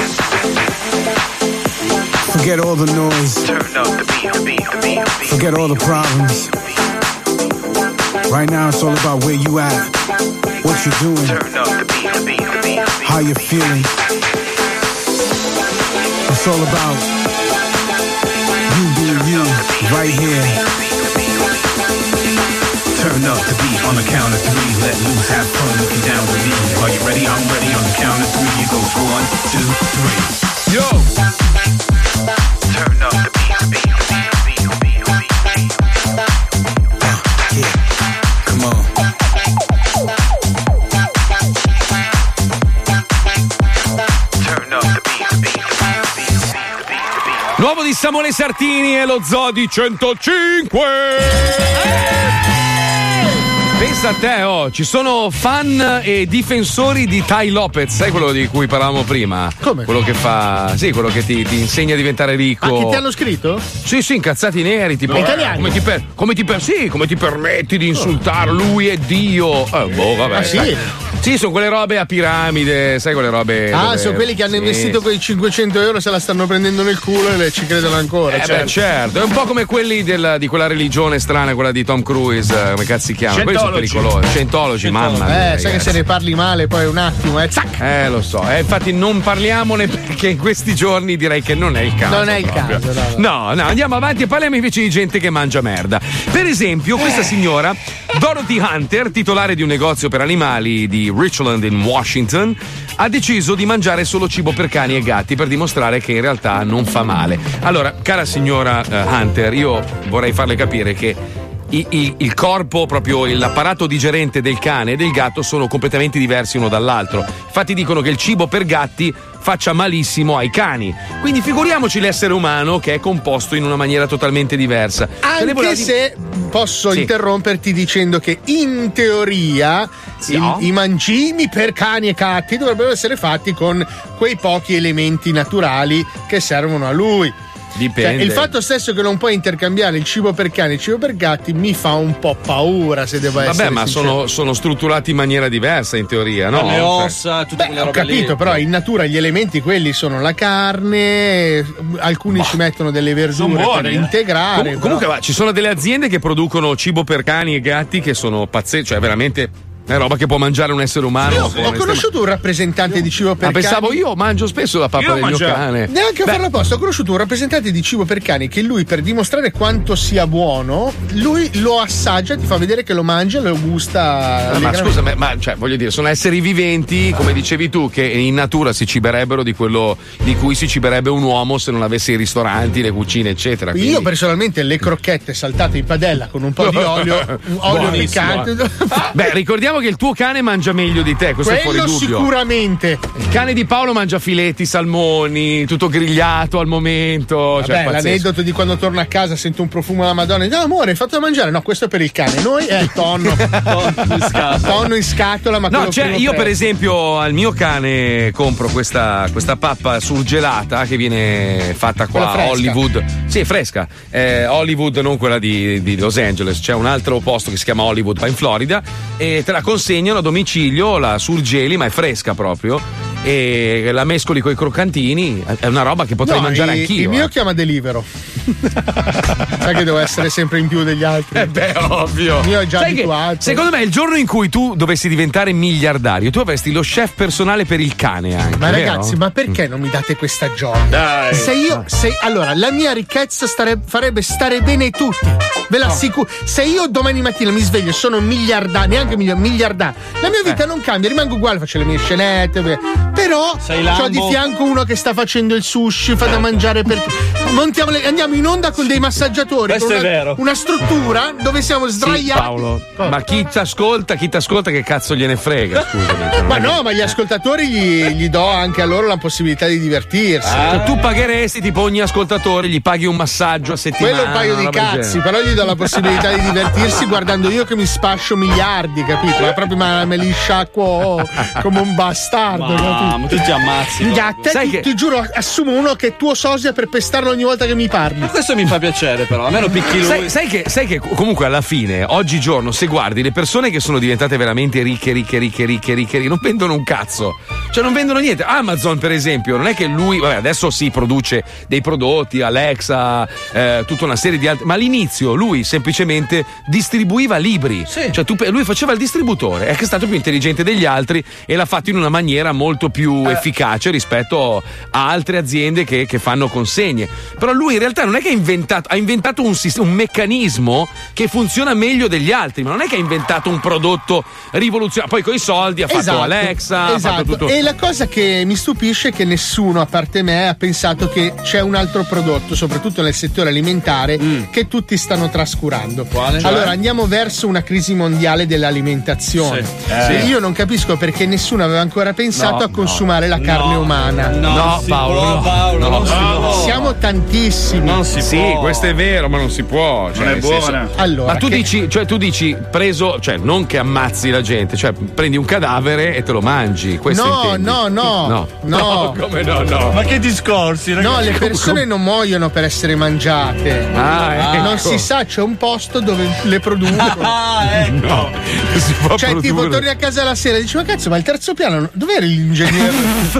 Forget all the noise. Turn up the beat, the beat, the beat, the beat. Forget all the problems. Right now, it's all about where you at, what you're doing, turn up the beat, the beat, the beat, the beat. How you're feeling. It's all about you being you, right here. Turn up the beat on the count of three. Let loose, have fun if you're down with me. Are you ready? I'm ready. On the count of three, it goes one, two, three. Yo! Turn up the beat, the beat, the beat, the beat, the beat, the beat. Uh, yeah, come on. Turn up the beat, the beat, the beat, the beat, the beat, the beat, the beat. Nuovo di Samuele Sartini e lo Zoo di centocinque. Pensa a te, oh, ci sono fan e difensori di Tai Lopez, sai quello di cui parlavamo prima? Come? Quello che fa, sì, quello che ti, ti insegna a diventare ricco. Ah, che ti hanno scritto? Sì, sì, incazzati neri, tipo. Ma eh, italiani? come, ti per, come ti per, sì, come ti permetti di insultarlo? Lui è Dio. Eh, boh, vabbè. Ah, sì? sai. Sì, sono quelle robe a piramide, sai quelle robe. Ah, dove- sono quelli che hanno sì. investito quei cinquecento euro, se la stanno prendendo nel culo e le- ci credono ancora. Eh certo. beh, certo, è un po' come quelli del- di quella religione strana, quella di Tom Cruise, eh, come cazzo si chiama? Quelli sono Scientology. pericolosi. Scientologi, mamma mia. Eh, sai ragazzi. che se ne parli male poi un attimo, eh, zac! Eh, lo so, eh, infatti non parliamone perché in questi giorni direi che non è il caso. Non è il proprio. caso, no, No, no, andiamo avanti e parliamo invece di gente che mangia merda. Per esempio, questa signora, Dorothy Hunter, titolare di un negozio per animali di Richland in Washington, ha deciso di mangiare solo cibo per cani e gatti per dimostrare che in realtà non fa male. Allora, cara signora eh, Hunter, io vorrei farle capire che i- i- il corpo, proprio l'apparato digerente del cane e del gatto sono completamente diversi uno dall'altro. Infatti dicono che il cibo per gatti faccia malissimo ai cani. Quindi figuriamoci l'essere umano che è composto in una maniera totalmente diversa. Se ne voleva Anche di- se posso Sì. interromperti dicendo che in teoria Sì. i, i mangimi per cani e gatti dovrebbero essere fatti con quei pochi elementi naturali che servono a lui. Dipende. Cioè, il fatto stesso che non puoi intercambiare il cibo per cani e il cibo per gatti mi fa un po' paura, se devo essere Vabbè, ma sincero. sono, sono strutturati in maniera diversa in teoria, no? Le Cioè- ossa, tutte Beh, quelle ho robe capito, lì. però in natura gli elementi quelli sono la carne, alcuni ci mettono delle Sono verdure buoni, per eh. integrare. Com- comunque, va, ci sono delle aziende che producono cibo per cani e gatti che sono pazzesche, cioè veramente. È roba che può mangiare un essere umano. Io ho conosciuto un rappresentante di cibo per Ma cani. pensavo io mangio spesso la pappa Io del mangio- mio cane. Neanche a Beh, farlo apposta. Ho conosciuto un rappresentante di cibo per cani che lui, per dimostrare quanto sia buono, lui lo assaggia, ti fa vedere che lo mangia, lo gusta. Ah, ma scusa, ma, ma, cioè, voglio dire, sono esseri viventi, come dicevi tu, che in natura si ciberebbero di quello di cui si ciberebbe un uomo se non avesse i ristoranti, le cucine, eccetera. Quindi... Io personalmente le crocchette saltate in padella con un po' di olio, un olio Buonissimo. piccante. Beh, ricordiamo che il tuo cane mangia meglio di te, questo è Quello fuori dubbio. sicuramente. Il cane di Paolo mangia filetti, salmoni, tutto grigliato al momento. Vabbè, cioè, pazzesco. l'aneddoto di quando torno a casa sento un profumo alla Madonna. No, amore, hai fatto da mangiare? No, questo è per il cane. Noi è il tonno. tonno in scatola, ma No, quello cioè, primo io per prezzo. esempio al mio cane compro questa, questa pappa surgelata che viene fatta qua Quella a fresca. Hollywood. Sì, è fresca. Eh, Hollywood, non quella di, di Los Angeles. C'è un altro posto che si chiama Hollywood, va in Florida, e te la consegnano a domicilio, la surgeli, ma è fresca proprio. E la mescoli con i croccantini. È una roba che potrei No, mangiare il, anch'io. Il mio eh. chiama Delivero. Sai che devo essere sempre in più degli altri. Eh beh, ovvio. Il mio è già Sai che, abituato. secondo me il giorno in cui tu dovessi diventare miliardario, tu avresti lo chef personale per il cane anche. Ma vero? ragazzi, ma perché non mi date questa gioia? Dai. Se io, se, allora, la mia ricchezza stare- farebbe stare bene tutti. Ve l'assicuro. Se io domani mattina mi sveglio e sono miliardario, neanche milio- miliardario, la mia vita Eh. non cambia, rimango uguale, faccio le mie scenette. beh. Però Sei ho Lambo. di fianco uno che sta facendo il sushi, fa da mangiare per. Montiamo le- andiamo in onda con dei massaggiatori. Questo con è una, vero. una struttura dove siamo Sì, sdraiati. Paolo, ma chi ti ascolta, chi ti ascolta che cazzo gliene frega, scusami. Ma no, ma gli ascoltatori gli, gli do anche a loro la possibilità di divertirsi. Cioè, tu pagheresti tipo ogni ascoltatore, gli paghi un massaggio a settimana. Quello è un paio di una roba del cazzi, genere. però gli do la possibilità di divertirsi guardando io che mi spascio miliardi, capito? Ma proprio ma me li sciacquo oh, come un bastardo, Ma, capito? ma tu ti ammazzi. Minchia, a te Sai ti, che- ti giuro, assumo uno che è tuo sosia per pestarlo ogni volta che mi parli. Ma questo mi fa piacere, però. Almeno picchi lui. Sai, sai che, sai che comunque alla fine, oggigiorno, se guardi le persone che sono diventate veramente ricche, ricche, ricche, ricche, ricche, ricche, non vendono un cazzo. Cioè non vendono niente. Amazon, per esempio, non è che lui, vabbè, adesso si produce dei prodotti, Alexa, eh, tutta una serie di altri, ma all'inizio lui semplicemente distribuiva libri. Cioè tu, lui faceva il distributore, è che è stato più intelligente degli altri e l'ha fatto in una maniera molto più efficace rispetto a altre aziende che, che fanno consegne. Però lui in realtà non è che ha inventato, ha inventato un, sist- un meccanismo che funziona meglio degli altri, ma non è che ha inventato un prodotto rivoluzionario. Poi con i soldi ha fatto Esatto, Alexa, ha esatto. fatto tutto. E la cosa che mi stupisce è che nessuno, a parte me, ha pensato che c'è un altro prodotto, soprattutto nel settore alimentare, che tutti stanno trascurando. Quale? Allora Cioè? andiamo verso una crisi mondiale dell'alimentazione. Sì. Eh. E io non capisco perché nessuno aveva ancora pensato No, a consumare la no, carne no, umana. No, No, si Paolo, può, no. Paolo, No. non si può. Siamo tantissimi. Non si Sì, può. questo è vero, ma non si può. Cioè, Non è nel buona. senso- Allora, ma tu che- dici, cioè tu dici preso, cioè non che ammazzi la gente, cioè prendi un cadavere e te lo mangi. Questo No, intendi? no, no, no, no. come no, no. Ma che discorsi, ragazzi? No, le persone non muoiono per essere mangiate. Ah, ecco. Non si sa, c'è un posto dove le producono. Ah, ecco. No, si può Cioè, tipo, produrre. torni a casa la sera e dici: ma cazzo, ma il terzo piano, dov'era l'ingegnere?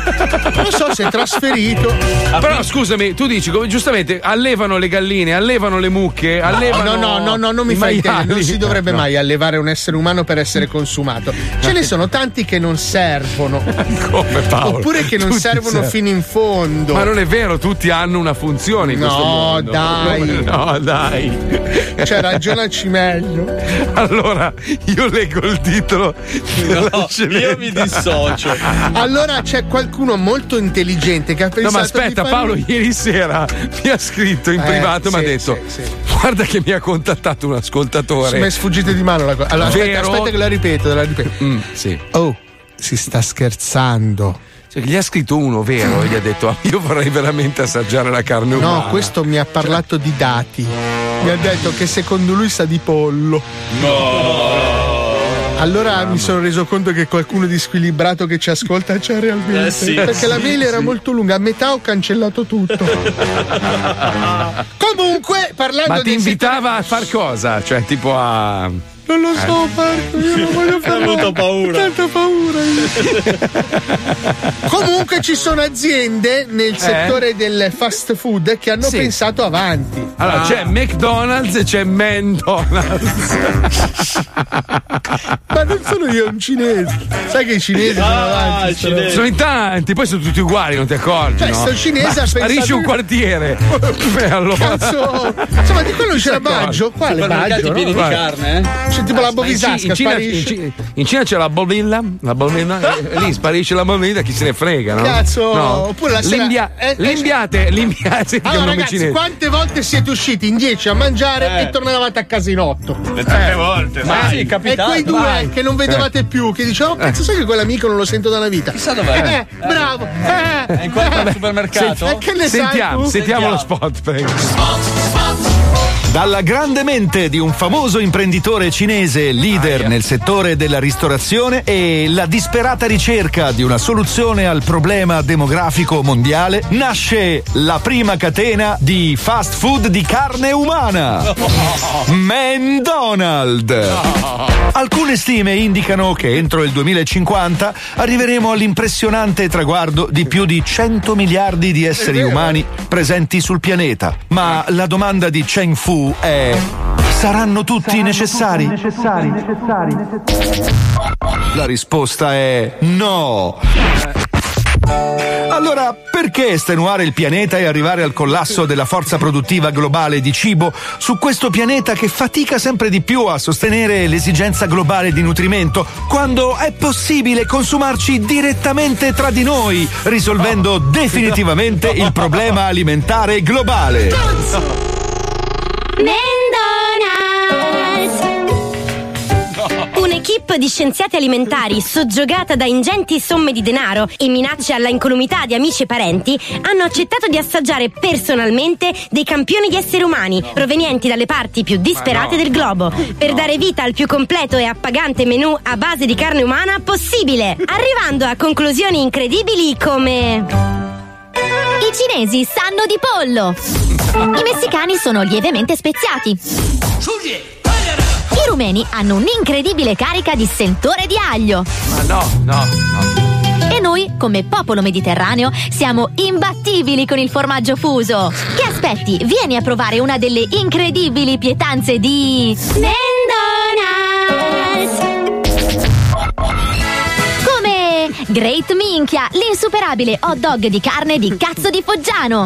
Non lo so, si è trasferito. Però scusami, tu dici come giustamente allevano le galline, allevano le mucche, allevano. No, no, no, no, non mi i fai intendere. maiali. Non si dovrebbe No. mai allevare un essere umano per essere consumato. Ce ne sono tanti che non servono. Come Paolo? Oppure che non Tutti servono servono. fino in fondo. Ma non è vero, tutti hanno una funzione in No, questo mondo. dai. Come- No, dai. Cioè, ragionaci meglio. Allora, io leggo il titolo. della No, io scenetta. mi dissocio. Allora c'è qualcuno molto intelligente che ha No, pensato ma aspetta, di fare- Paolo, ieri sera mi ha scritto in Eh, privato e mi ha sì, detto: sì, sì. guarda che mi ha contattato un ascoltatore. Mi è sfuggita di mano la cosa. Allora, aspetta, Vero? aspetta che la ripeto, la ripeto. Mm, sì. Oh, si sta scherzando. Cioè, gli ha scritto uno vero e gli ha detto: ah, io vorrei veramente assaggiare la carne umana. No, questo mi ha parlato di dati. Mi ha detto che secondo lui sa di pollo. Allora mi sono reso conto che qualcuno di squilibrato che ci ascolta c'è realmente. Eh sì, perché sì, la mail era sì. molto lunga, a metà ho cancellato tutto. Comunque, parlando Ma di ti invitava a far cosa? Cioè, tipo a. Non lo so, Marco, io non voglio fare. Ho avuto paura. Ho tanta paura. Comunque ci sono aziende nel Eh? settore del fast food che hanno Sì. pensato avanti. Allora, Ah. c'è McDonald's e c'è McDonald's. Ma non sono io, è un cinese. Sai che i cinesi sono Ah, avanti. sono- Sono in tanti, poi sono tutti uguali, non ti accorgi. Cioè, no? sto cinese Ma ha pensato- sparisce un quartiere. Beh, allora. Cazzo, insomma, di quello Chi c'era si accorge? Baggio. Quale Supermercati Baggio? pieni no? di carne, eh? C'è tipo la Ma in Ci- bovisasca, in, Cina, in, sparisce. Ci- in Cina c'è la bovilla, la bovilla, e lì sparisce la bovilla, chi se ne frega, no? Cazzo, no. oppure la sera- L'india- eh, eh, l'imbiate, l'imbiate, senti che è un Allora, nome ragazzi, cinese. quante volte siete usciti in dieci a mangiare Eh. e tornavate a casa in otto? Tante volte, Ma dai. sì, capitato. E quei due Vai. che non vedevate più, che dicevano, oh, cazzo, sai che quell'amico non lo sento da una vita? Chissà dov'è. Eh, bravo. Eh, È in qualche eh. supermercato? E che ne sai Sentiamo, tu? sentiamo lo spot, prego. Dalla grande mente di un famoso imprenditore cinese leader nel settore della ristorazione e la disperata ricerca di una soluzione al problema demografico mondiale, nasce la prima catena di fast food di carne umana. McDonald's. Alcune stime indicano che entro il duemilacinquanta arriveremo all'impressionante traguardo di più di cento miliardi di esseri umani presenti sul pianeta. Ma la domanda di Cheng Fu è: saranno tutti necessari? La risposta è no. Allora, perché estenuare il pianeta e arrivare al collasso della forza produttiva globale di cibo su questo pianeta che fatica sempre di più a sostenere l'esigenza globale di nutrimento, quando è possibile consumarci direttamente tra di noi, risolvendo definitivamente il problema alimentare globale? Un'equipe di scienziati alimentari soggiogata da ingenti somme di denaro e minacce alla incolumità di amici e parenti hanno accettato di assaggiare personalmente dei campioni di esseri umani provenienti dalle parti più disperate del globo per dare vita al più completo e appagante menù a base di carne umana possibile, arrivando a conclusioni incredibili come... I cinesi sanno di pollo. I messicani sono lievemente speziati. I rumeni hanno un'incredibile carica di sentore di aglio. Ma no, no, no. E noi, come popolo mediterraneo, siamo imbattibili con il formaggio fuso. Che aspetti? Vieni a provare una delle incredibili pietanze di... McDonald's! Come Great Minchia, l'insuperabile hot dog di carne di cazzo di Foggiano.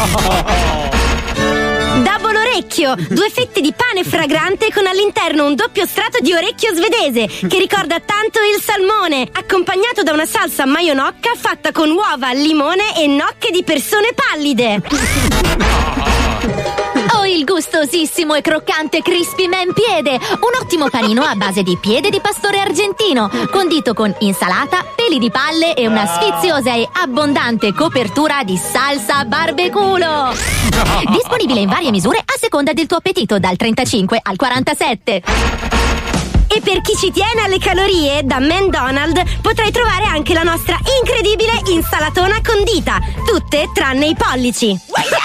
Double orecchio, due fette di pane fragrante con all'interno un doppio strato di orecchio svedese che ricorda tanto il salmone, accompagnato da una salsa mayo gnocca fatta con uova, limone e gnocche di persone pallide. O il gustosissimo e croccante Crispy Man Piede, un ottimo panino a base di piede di pastore argentino, condito con insalata, peli di palle e una sfiziosa e abbondante copertura di salsa barbeculo. Disponibile in varie misure a seconda del tuo appetito, dal trentacinque al quarantasette. E per chi ci tiene alle calorie, da McDonald's potrai trovare anche la nostra incredibile insalatona condita, tutte tranne i pollici.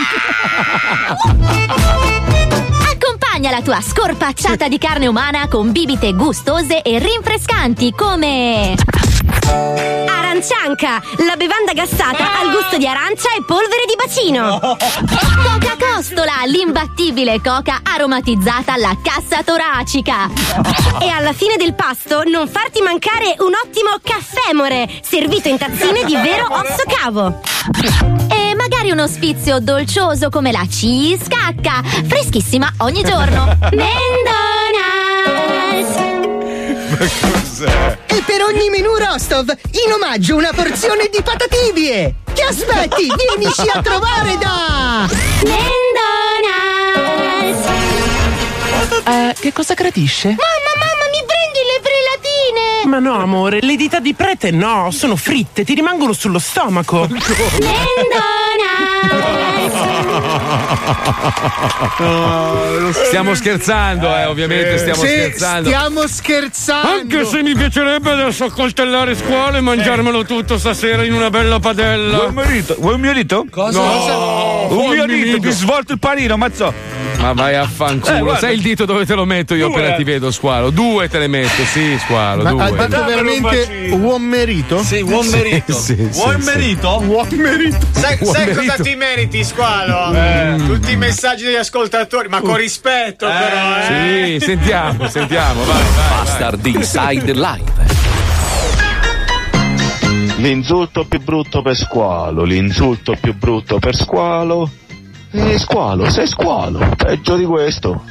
Accompagna la tua scorpacciata di carne umana con bibite gustose e rinfrescanti come... Arancianca, la bevanda gassata al gusto di arancia e polvere di bacino. Coca Costola, l'imbattibile coca aromatizzata alla cassa toracica. E alla fine del pasto non farti mancare un ottimo caffè more, servito in tazzine di vero osso cavo. E magari uno sfizio dolcioso come la cheese cacca, freschissima ogni giorno. McDonald's! Ma cos'è? E per ogni menù Rostov, in omaggio una porzione di patatibie! Che aspetti? Vienici a trovare da... McDonald's! Eh, che cosa gradisce? Mamma, mamma, mi prendi le prelatine? Ma no, amore, le dita di prete no, sono fritte, ti rimangono sullo stomaco. No, stiamo scherzando, eh, ovviamente stiamo Sì, scherzando. Stiamo scherzando. Anche se mi piacerebbe adesso accoltellare scuola e mangiarmelo tutto stasera in una bella padella. Vuoi un mio dito? Vuoi un mio dito? Cosa? No. Un mio dito, ti svolto il panino, mazzo. Ma vai a fanculo. Eh, Sai il dito dove te lo metto io Due. appena ti vedo, Squalo? Due te le metto, sì, Squalo. Ma due. hai fatto veramente uomo merito? Sì, uomo merito. Sì, sì, Buon sì, merito? Uomo merito. Sai, Buon sai merito. cosa ti meriti, Squalo? Eh. Tutti i messaggi degli ascoltatori, ma con rispetto, però, eh. Sì, sentiamo, sentiamo, vai, vai. Bastard Inside Live. L'insulto più brutto per Squalo, l'insulto più brutto per Squalo. E Squalo, sei Squalo, peggio di questo.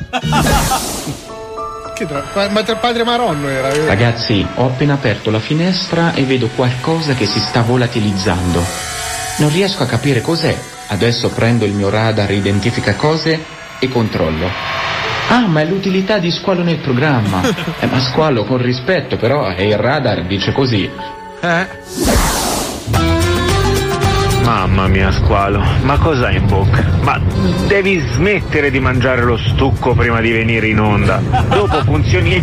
Che tra... Ma tra padre Maronno era. eh. Ragazzi, ho appena aperto la finestra e vedo qualcosa che si sta volatilizzando. Non riesco a capire cos'è. Adesso prendo il mio radar, identifica cose e controllo. Ah, ma è l'utilità di Squalo nel programma. Eh, ma Squalo, con rispetto, però, e il radar dice così. Eh? Mamma mia, Squalo, ma cos'hai in bocca? Ma devi smettere di mangiare lo stucco prima di venire in onda. Dopo funzioni.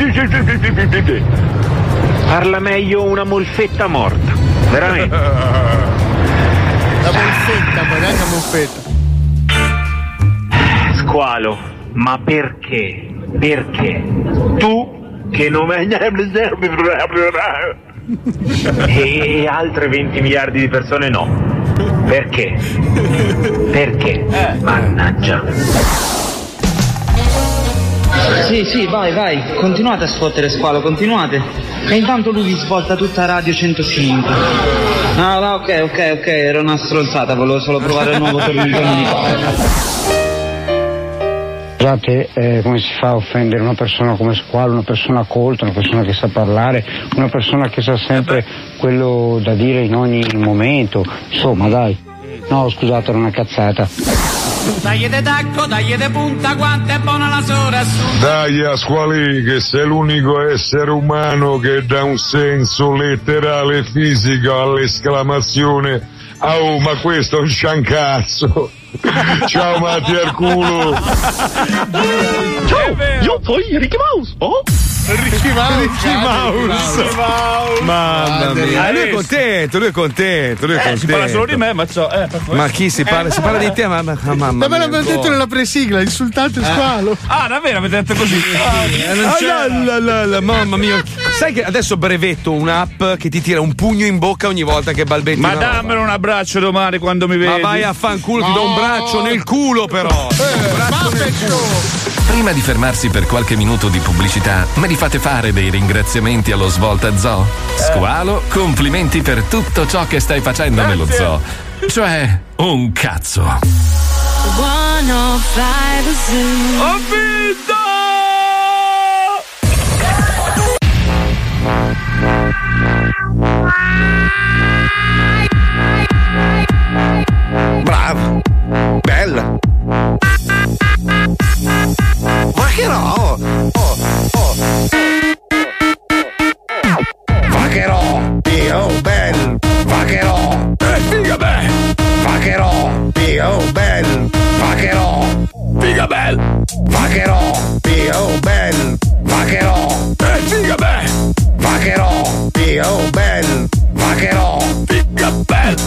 Parla meglio una molfetta morta. Veramente. La molfetta, ma neanche la molfetta. Squalo, ma perché? Perché? Tu che non e altre venti miliardi di persone no. Perché? Perché? Mannaggia. Sì, sì, vai, vai, continuate a sfottere Squalo, continuate. E intanto lui vi svolta tutta Radio centocinque. No, no, ok, ok, ok, era una stronzata, volevo solo provare il nuovo tornillo di Scusate, eh, come si fa a offendere una persona come Squalo, una persona colta, una persona che sa parlare, una persona che sa sempre quello da dire in ogni momento, insomma dai. No, scusate, era una cazzata. Dai de tacco, dai de punta, quanto è buona la sora su. Dai a Squali che sei l'unico essere umano che dà un senso letterale e fisico all'esclamazione "Oh, ma questo è un sciancazzo". Ciao Matti al culo. Ciao, io sono Ricky Mouse. Oh? Ricky Mouse. Ricky Mouse. Mamma mia. Lui è contento, lui è contento, lui è Eh, contento. si parla solo di me, mazzo. Eh, per Ma chi si parla? Si parla di te, ma ma- mamma Ma me mia. l'avete detto nella presigla, insultate Squalo. Ah, davvero avete detto così? Ah, non Ah, c'era. la, la, la, la, mamma mia. Sai che adesso brevetto un'app che ti tira un pugno in bocca ogni volta che balbetti Ma una roba. dammelo un abbraccio domani quando mi vedi. Ma vai a fanculo, ti do un braccio nel culo però. Prima di fermarsi per qualche minuto di pubblicità, me li fate fare dei ringraziamenti allo Svolta Zoo? Squalo, complimenti per tutto ciò che stai facendo nello zoo. Cioè, un cazzo. Ho vinto! Bravo, bella. Vacherò. Oh, oh. Vacherò, io bel. Vacherò. Eh, figa bel. Vacherò, io bel. Vacherò. Figa bel. Vacherò, io bel. Vacherò. Eh, figa bel. Vacherò, io bel. Vacherò. Figa bel.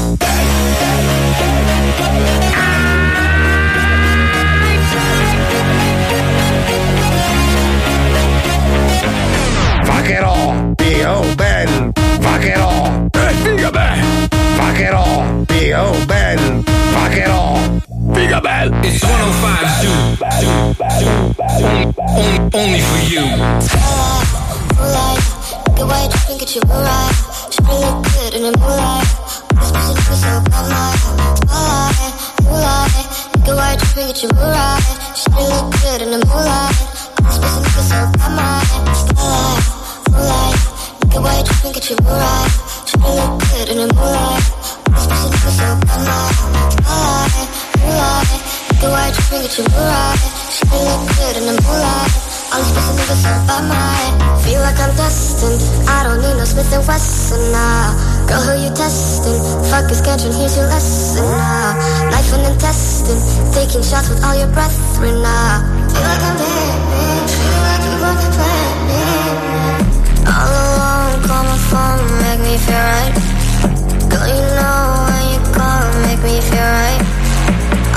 Vacherò, io bel, vacherò, eh, figa bel, vacherò, io bel, vacherò, figa bel. It's one oh five Zoo. Zoo. Zoo. Only, only for you. Moonlight, get white, drink and get you right. She look good in the moonlight. This pussy looking so bad, my moonlight, moonlight, get white, drink and get you right. She look good in the moonlight. This pussy looking so bad, my moonlight, moonlight, get white, drink and get you right. She look good in the moonlight. This pussy looking so bad, my moonlight, moonlight, get white, drink and get you right. She look good in the moonlight. All these pussy niggas so bad, my feel like I'm destined. I don't need no Smith and Wesson now. Girl, who you testing? Fuck is catching, here's your lesson now. Knife and intestine, taking shots with all your brethren now. Feel like I'm living, feel like you want to plan me. All alone, call my phone, make me feel right. Girl, you know when you call, make me feel right.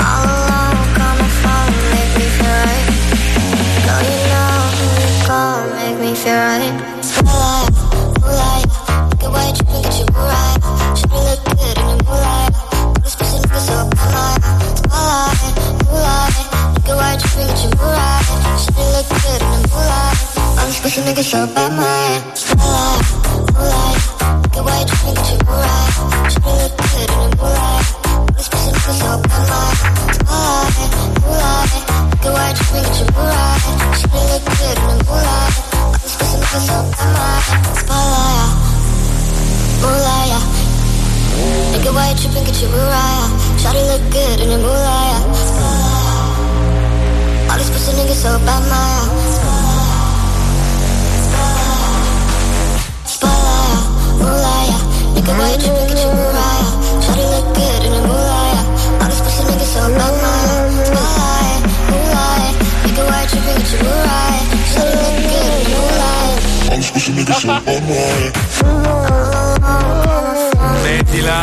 Make it white trip and get you Mariah. Shawty look good in the moonlight. All these pussy niggas so bad, Maya. Spotlight, moonlight. Make it white trip and get you Mariah. Shawty look good in the moonlight. All these pussy niggas so bad, Maya. Spotlight, moonlight. Make it white trip and get you Mariah. Shawty look good in the moonlight. All these pussy niggas so bad, Maya. Mettila.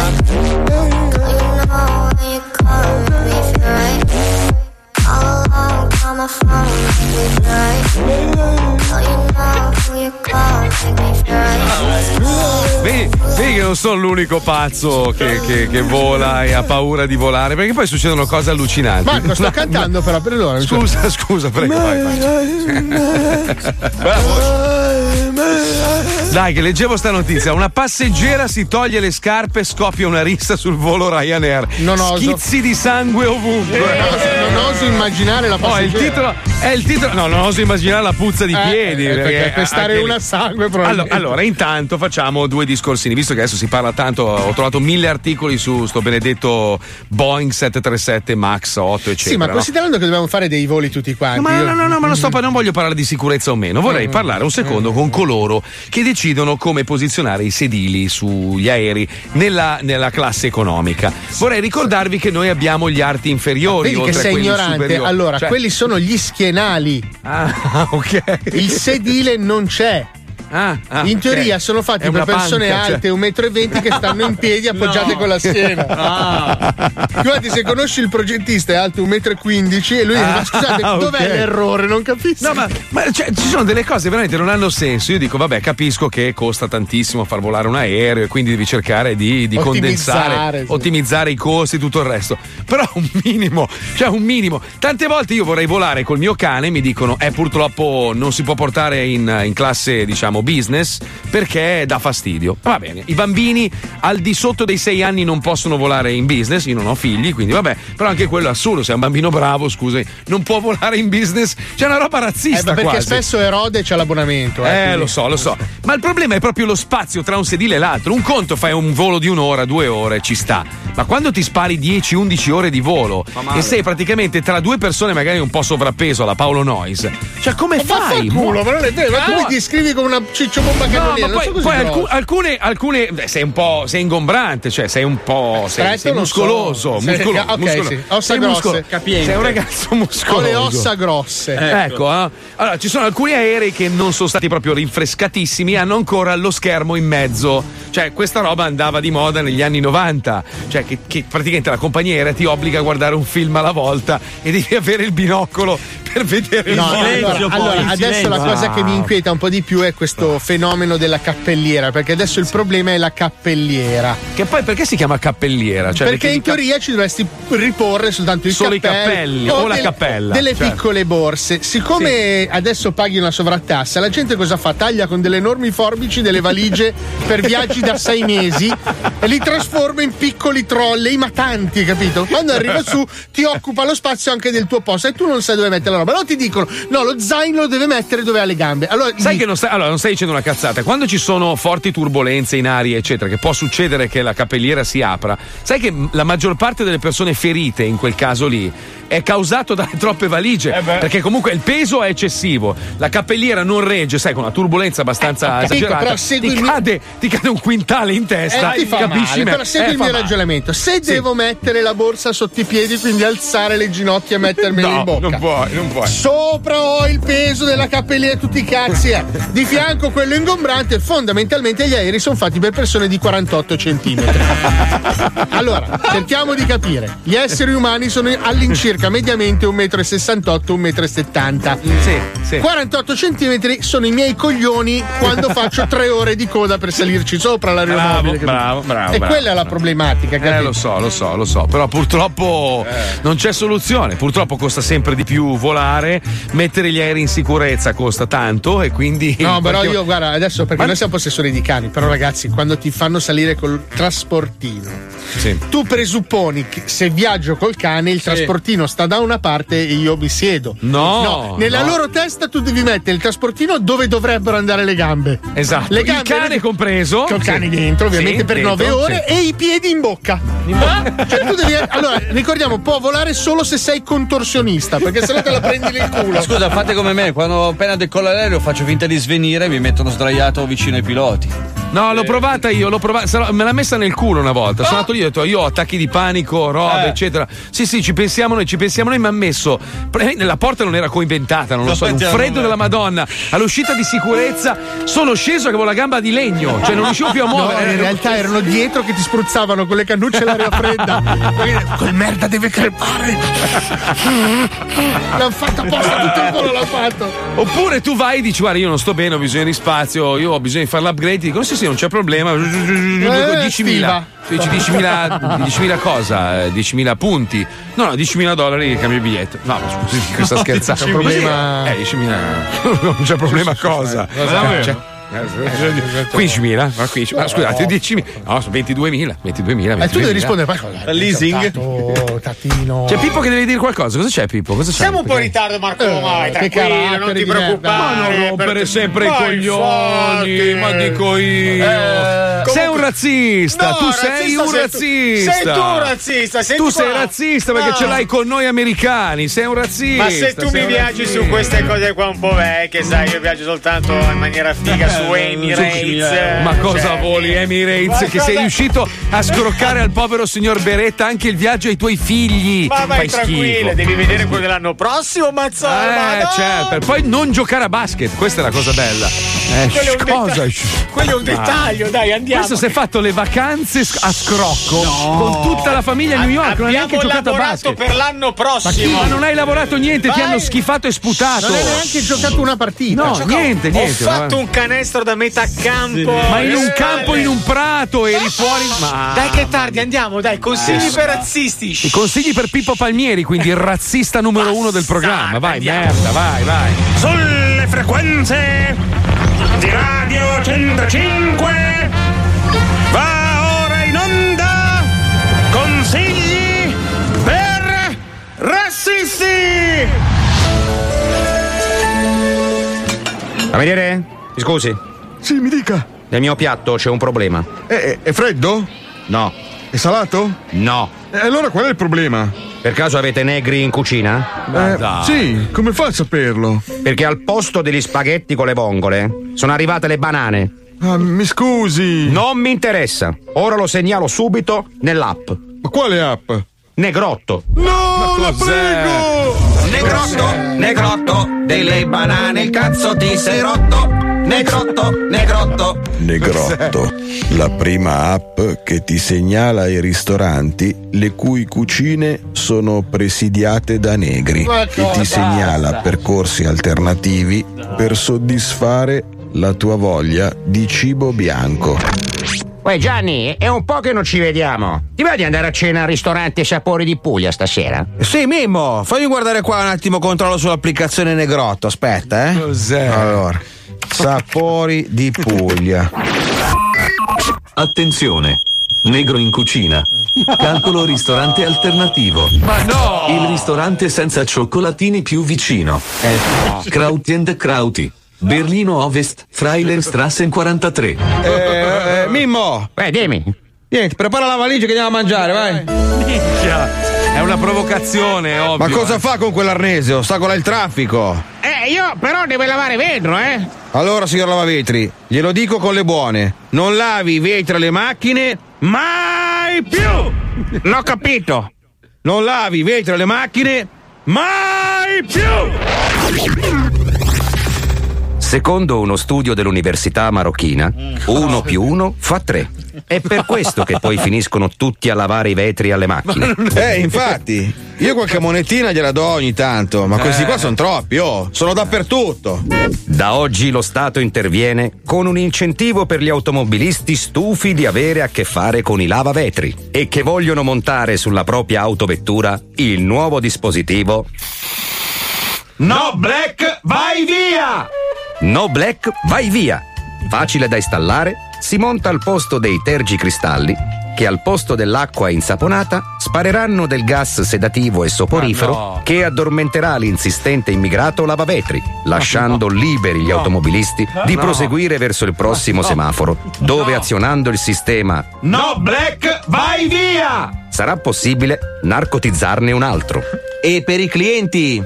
Vedi, vedi che non sono l'unico pazzo che, che, che vola e ha paura di volare, perché poi succedono cose allucinanti. Marco, sto cantando però, per loro. Scusa, scusa, prego, vai, vai. Dai, che leggevo sta notizia. Una passeggera si toglie le scarpe e scoppia una rissa sul volo Ryanair. Non oso. Schizzi di sangue ovunque. Eh, non oso immaginare la passeggera. Oh, il titolo è il titolo. No, non oso immaginare la puzza di Eh, piedi. eh, perché per stare una sangue probabilmente. Allora, allora, intanto facciamo due discorsini. Visto che adesso si parla tanto, ho trovato mille articoli su sto benedetto Boeing sette tre sette Max otto, eccetera. Sì, ma no? considerando che dobbiamo fare dei voli tutti quanti. No, ma io... no, no, no, ma non, sto, non voglio parlare di sicurezza o meno. Vorrei parlare un secondo con coloro che decidono come posizionare i sedili sugli aerei nella, nella classe economica. Vorrei ricordarvi che noi abbiamo gli arti inferiori. Vedi che oltre a sei quelli ignorante. superiori. Allora, Cioè- quelli sono gli schienali. Ah, ok. Il sedile non c'è. Ah, ah, in teoria ok. sono fatti È per una persone panca, cioè. alte un metro e venti che stanno in piedi appoggiate No. con la schiena. Ah. Guardi, se conosci il progettista è alto un metro e quindici e lui dice: Ah, ma scusate, dov'è ok. l'errore? Non capisco. No, ma, ma cioè, ci sono delle cose veramente non hanno senso. Io dico, vabbè, capisco che costa tantissimo far volare un aereo e quindi devi cercare di, di Ottimizzare, condensare, sì. ottimizzare i costi e tutto il resto. Però un minimo, cioè un minimo. Tante volte io vorrei volare col mio cane, mi dicono, eh, purtroppo non si può portare in, in classe, diciamo, business perché dà fastidio. Va bene, i bambini al di sotto dei sei anni non possono volare in business, io non ho figli, quindi vabbè, però anche quello è assurdo, se è un bambino bravo, scusi, non può volare in business, c'è una roba razzista Eh, ma perché quasi. spesso Erode c'ha l'abbonamento. Eh, Eh, quindi- lo so, lo so. Ma il problema è proprio lo spazio tra un sedile e l'altro. Un conto fai un volo di un'ora, due ore, ci sta. Ma quando ti spari dieci undici ore di volo male. e sei praticamente tra due persone magari un po' sovrappeso alla Paolo Noyes, cioè come E fai? vaffanculo, ma non è vero, ma tu Ah, mi descrivi come una ciccio bomba No, cannoniera, ma non poi, so così poi grosso. alcu- alcune, alcune beh, sei un po' sei ingombrante, cioè sei un po' sei, Stretto sei non muscoloso, so. Sei- muscolo- ok, muscolo- sì. Ossa sei grosse. muscolo- Capiente. sei un ragazzo muscoloso. Ho le ossa grosse. Ecco, eh. Allora ci sono alcuni aerei che non sono stati proprio rinfrescatissimi, hanno ancora lo schermo in mezzo. Cioè, questa roba andava di moda negli anni novanta. Cioè, che, che praticamente la compagnia aerea ti obbliga a guardare un film alla volta e devi avere il binocolo per vedere il No, film. allora, allora, adesso la cosa che mi inquieta un po' di più è questo fenomeno della cappelliera, perché adesso il problema è la cappelliera. Che poi perché si chiama cappelliera? Cioè, perché in cap- teoria ci dovresti riporre soltanto il Solo i cappello cappelli o la delle- cappella, delle certo. piccole borse. Siccome adesso paghi una sovrattassa, la gente cosa fa? Taglia con delle enormi forbici delle valigie per viaggi da sei mesi e li trasforma in piccoli trolley, ma tanti, capito? Quando arriva su ti occupa lo spazio anche del tuo posto e tu non sai dove mettere la roba. Allora ti dicono: no, lo zaino lo deve mettere dove ha le gambe. Allora Sai gli- che non stai, allora, non stai dicendo una cazzata. Quando ci sono forti turbulenze in aria, eccetera, che può succedere che la cappelliera si apra, sai che la maggior parte delle persone ferite in quel caso lì è causato dalle troppe valigie. Perché comunque il peso è eccessivo. La cappelliera non regge, sai, con una turbolenza abbastanza Ho capito, esagerata. però segui Ti il mio- cade, ti cade un quintale in testa. Eh, ti fa capisci male, me? però segui Eh, il fa mio male. ragionamento. Se Sì. devo mettere la borsa sotto i piedi, quindi alzare le ginocchia e mettermela No, in bocca, non puoi, non puoi. sopra ho il peso della cappelliera, tutti i cazzi, eh. Di fianco quello ingombrante. Fondamentalmente gli aerei sono fatti per persone di quarantotto centimetri. Allora, cerchiamo di capire. Gli esseri umani sono all'incirca mediamente un metro e sessantotto, un metro e settanta. Sì, sì. quarantotto centimetri sono i miei coglioni quando faccio tre ore di coda per salirci sopra l'aeromobile. capito? Bravo, bravo, E bravo, quella è la bravo. problematica, Eh, capito? lo so, lo so, lo so. Però purtroppo non c'è soluzione. Purtroppo costa sempre di più volare. fare, mettere gli aerei in sicurezza costa tanto e quindi. No, però perché... io guarda, adesso perché Ma... noi siamo possessori di cani, però ragazzi, quando ti fanno salire col trasportino, sì. tu presupponi che se viaggio col cane il sì. trasportino sta da una parte e io mi siedo. No, no nella no. loro testa tu devi mettere il trasportino dove dovrebbero andare le gambe. Esatto. Le gambe, il cane le... compreso. Col sì. cane dentro, ovviamente sì, per dentro, nove ore sì. e i piedi in bocca. In bocca. Cioè, tu devi... Allora, ricordiamo, può volare solo se sei contorsionista, perché sennò te la prendi nel culo. Scusa, fate come me, quando appena decolla l'aereo faccio finta di svenire e mi mettono sdraiato vicino ai piloti. No, l'ho provata io, l'ho provata, me l'ha messa nel culo una volta. Sono andato lì e ho detto: io ho attacchi di panico, robe, Eh. eccetera. Sì, sì, ci pensiamo noi, ci pensiamo noi, mi ha messo. La porta non era coinventata, non lo so, un Aspetta, freddo no. della Madonna. All'uscita di sicurezza sono sceso che avevo la gamba di legno, cioè non riuscivo più a No, muovere. in realtà erano dietro che ti spruzzavano con le cannucce l'aria fredda. Quel merda deve crepare. L'hanno fatta apposta, tutto il volo l'ha fatto. Oppure tu vai e dici: guarda, io non sto bene, ho bisogno di spazio, io ho bisogno di fare l'upgrade. Ti dicono: sì, sì, non c'è problema. diecimila. Tu dici diecimila, diecimila cosa? diecimila punti? No, no, diecimila dollari cambio il biglietto. No, ma scusi, questa No, scherzata. c'è un problema. Eh, diecimila. Non c'è problema cosa? Cioè, quindicimila? Ma quindici, ma scusate, diecimila. No, sono ventiduemila. ventiduemila. E tu devi rispondere, ma cosa? Leasing? Tato, tatino. C'è Pippo che deve dire qualcosa. Cosa c'è, Pippo? Cosa c'è? Siamo un po' in ritardo, Marco. Eh, Vai, che tranquillo, non carattere ti di preoccupare. Ma non rompere perché- sempre i Ma coglioni, infatti. ma dico io. Eh, sei un comunque- razzista, No, tu sei razzista un sei tu. razzista. Sei tu razzista, senti Tu sei qua. razzista perché No. ce l'hai con noi americani, sei un razzista. Ma se tu sei mi un viaggi razzista. su queste cose qua un po' vecchie, sai, io viaggio soltanto in maniera figa su Emirates. Ma cosa Cioè, voli, Emirates? ma Che cosa- sei riuscito a scroccare al povero signor Beretta anche il viaggio ai tuoi figli. Ma vai Fai tranquillo, schifo. devi vedere quello dell'anno prossimo, Mazzola. Eh, no! certo, per poi non giocare a basket, questa è la cosa bella. Eh, Quello è un cosa? detta- quello è un dettaglio, dai, andiamo. Questo si è fatto le vacanze sc- a scrocco con tutta la famiglia a New York, non ha neanche Abbiamo giocato a lavorato basket. per l'anno Ma, chi- prossimo. ma non hai lavorato niente, ti Vai. hanno schifato e sputato. Non hai neanche giocato una partita. No, Cioè, niente, niente. Ho fatto un canestro da metà campo. Ma in un Eh, campo, in un prato, eri fuori. Ma Dai che è tardi, andiamo, dai, consigli Eh, per razzisti. I consigli per Pippo Palmieri, quindi il razzista numero uno del programma. Vai, andiamo. merda, vai, vai. Sulle frequenze di Radio centocinque va ora in onda consigli per razzisti. Cameriere? Mi scusi? Sì, mi dica. Nel mio piatto c'è un problema. È, è freddo? No. È salato? No. E allora qual è il problema? Per caso avete negri in cucina? Eh, sì, come fa a saperlo? Perché al posto degli spaghetti con le vongole sono arrivate le banane. Ah, mi scusi. Non mi interessa. Ora lo segnalo subito nell'app. Ma quale app? Negrotto. No, la prego! Negrotto, negrotto, delle banane il cazzo ti sei rotto. Negrotto, negrotto. Negrotto, la prima app che ti segnala i ristoranti le cui cucine sono presidiate da negri Ma e cosa? ti segnala percorsi alternativi per soddisfare la tua voglia di cibo bianco. Uè Gianni, è un po' che non ci vediamo. Ti va di andare a cena al ristorante Sapori di Puglia stasera? Sì, Mimmo, fammi guardare qua un attimo, controllo sull'applicazione Negrotto, aspetta, eh. Cos'è? Allora, Sapori di Puglia. Attenzione! Negro in cucina. Calcolo ristorante alternativo. Ma no! Il ristorante senza cioccolatini più vicino. È Krauti and Krauti. Berlino Ovest, Freilenstrassen quarantatré. Eh, eh, Mimmo! Beh, dimmi. Niente, prepara la valigia che andiamo a mangiare, vai. Minchia, è una provocazione, ovvio. Ma cosa eh. fa con quell'arnese? Ostacola il traffico. Eh, io però devo lavare vetro, eh? Allora, signor Lavavetri, glielo dico con le buone. Non lavi i vetri alle macchine mai più! L'ho capito. Non lavi i vetri alle macchine mai più! Secondo uno studio dell'Università Marocchina, uno più uno fa tre. È per questo che poi finiscono tutti a lavare i vetri alle macchine. Eh, infatti, io qualche monetina gliela do ogni tanto, ma questi qua sono troppi, oh, sono dappertutto. Da oggi lo Stato interviene con un incentivo per gli automobilisti stufi di avere a che fare con i lavavetri e che vogliono montare sulla propria autovettura il nuovo dispositivo No Black, vai via! No Black, vai via! Facile da installare, si monta al posto dei tergicristalli che al posto dell'acqua insaponata spareranno del gas sedativo e soporifero Ah, no. che addormenterà l'insistente immigrato lavavetri, lasciando liberi gli No. automobilisti di No. proseguire verso il prossimo No. semaforo, dove No. azionando il sistema No Black, vai via! sarà possibile narcotizzarne un altro. E per i clienti?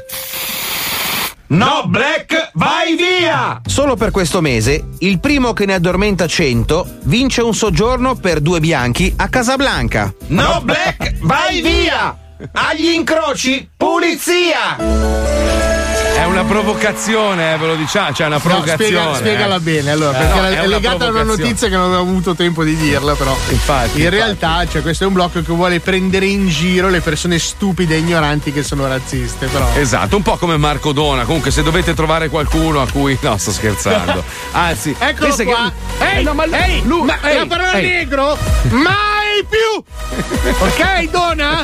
No Black, vai via! Solo per questo mese, il primo che ne addormenta cento vince un soggiorno per due bianchi a Casablanca. No Black, vai via! Agli incroci, pulizia! È una provocazione, eh, ve lo diciamo, cioè è una No, provocazione. spiega- spiegala eh. bene allora, Eh, perché no, la- è è una legata a una provocazione. notizia che non avevo avuto tempo di dirla, però. Infatti, in infatti. realtà, cioè, questo è un blocco che vuole prendere in giro le persone stupide e ignoranti che sono razziste, però. Esatto, un po' come Marco Dona. Comunque, se dovete trovare qualcuno a cui. No, sto scherzando. Anzi, Eccolo pensa qua. che- Ehi, Eh, no, ma ehi, lui- ma ehi, la parola ehi. negro mai più. Ok, Dona?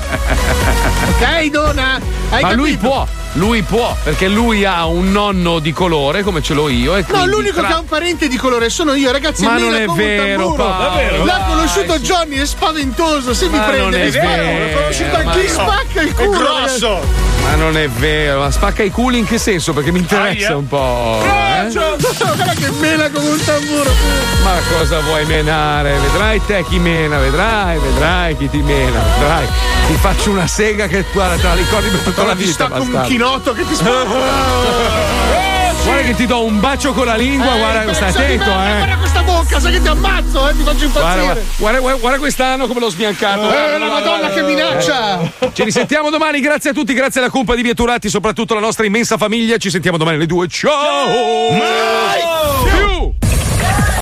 Ok, Dona? Hai Ma capito? lui può, lui può, perché lui ha un nonno di colore come ce l'ho io. E No, quindi l'unico tra- che ha un parente di colore sono io, ragazzi. Ma è non Mela è come un vero, tamburo. Paolo. Davvero? L'ha Dai, conosciuto sì. Johnny, è spaventoso. Se mi Ma prende, non è mi spara. vero, L'ho conosciuto ma anche. no. Spacca il È culo. grosso! Ma non è vero, ma spacca i culi in che senso? Perché mi interessa Aia. un po'. eh? Guarda che mela come un tamburo. Ma cosa vuoi menare? Vedrai te chi mena, vedrai, vedrai chi ti mena, vedrai. Ti faccio una sega che guarda, te la ricordi per tutta la Ti vita. stacco un bastardo. chinotto che ti spara. Guarda che ti do un bacio con la lingua, Eh, guarda, stai pezzo di attento, merda, eh. Guarda questa bocca, sai che ti ammazzo, eh, ti faccio Guarda, impazzire. guarda, guarda, guarda quest'anno come l'ho sbiancato. Eh, Guarda, la guarda, Madonna guarda. che minaccia. Eh. Ci risentiamo domani, grazie a tutti, grazie alla Cumpa di Vieturati, soprattutto la nostra immensa famiglia. Ci sentiamo domani alle due. Ciao! Mai più!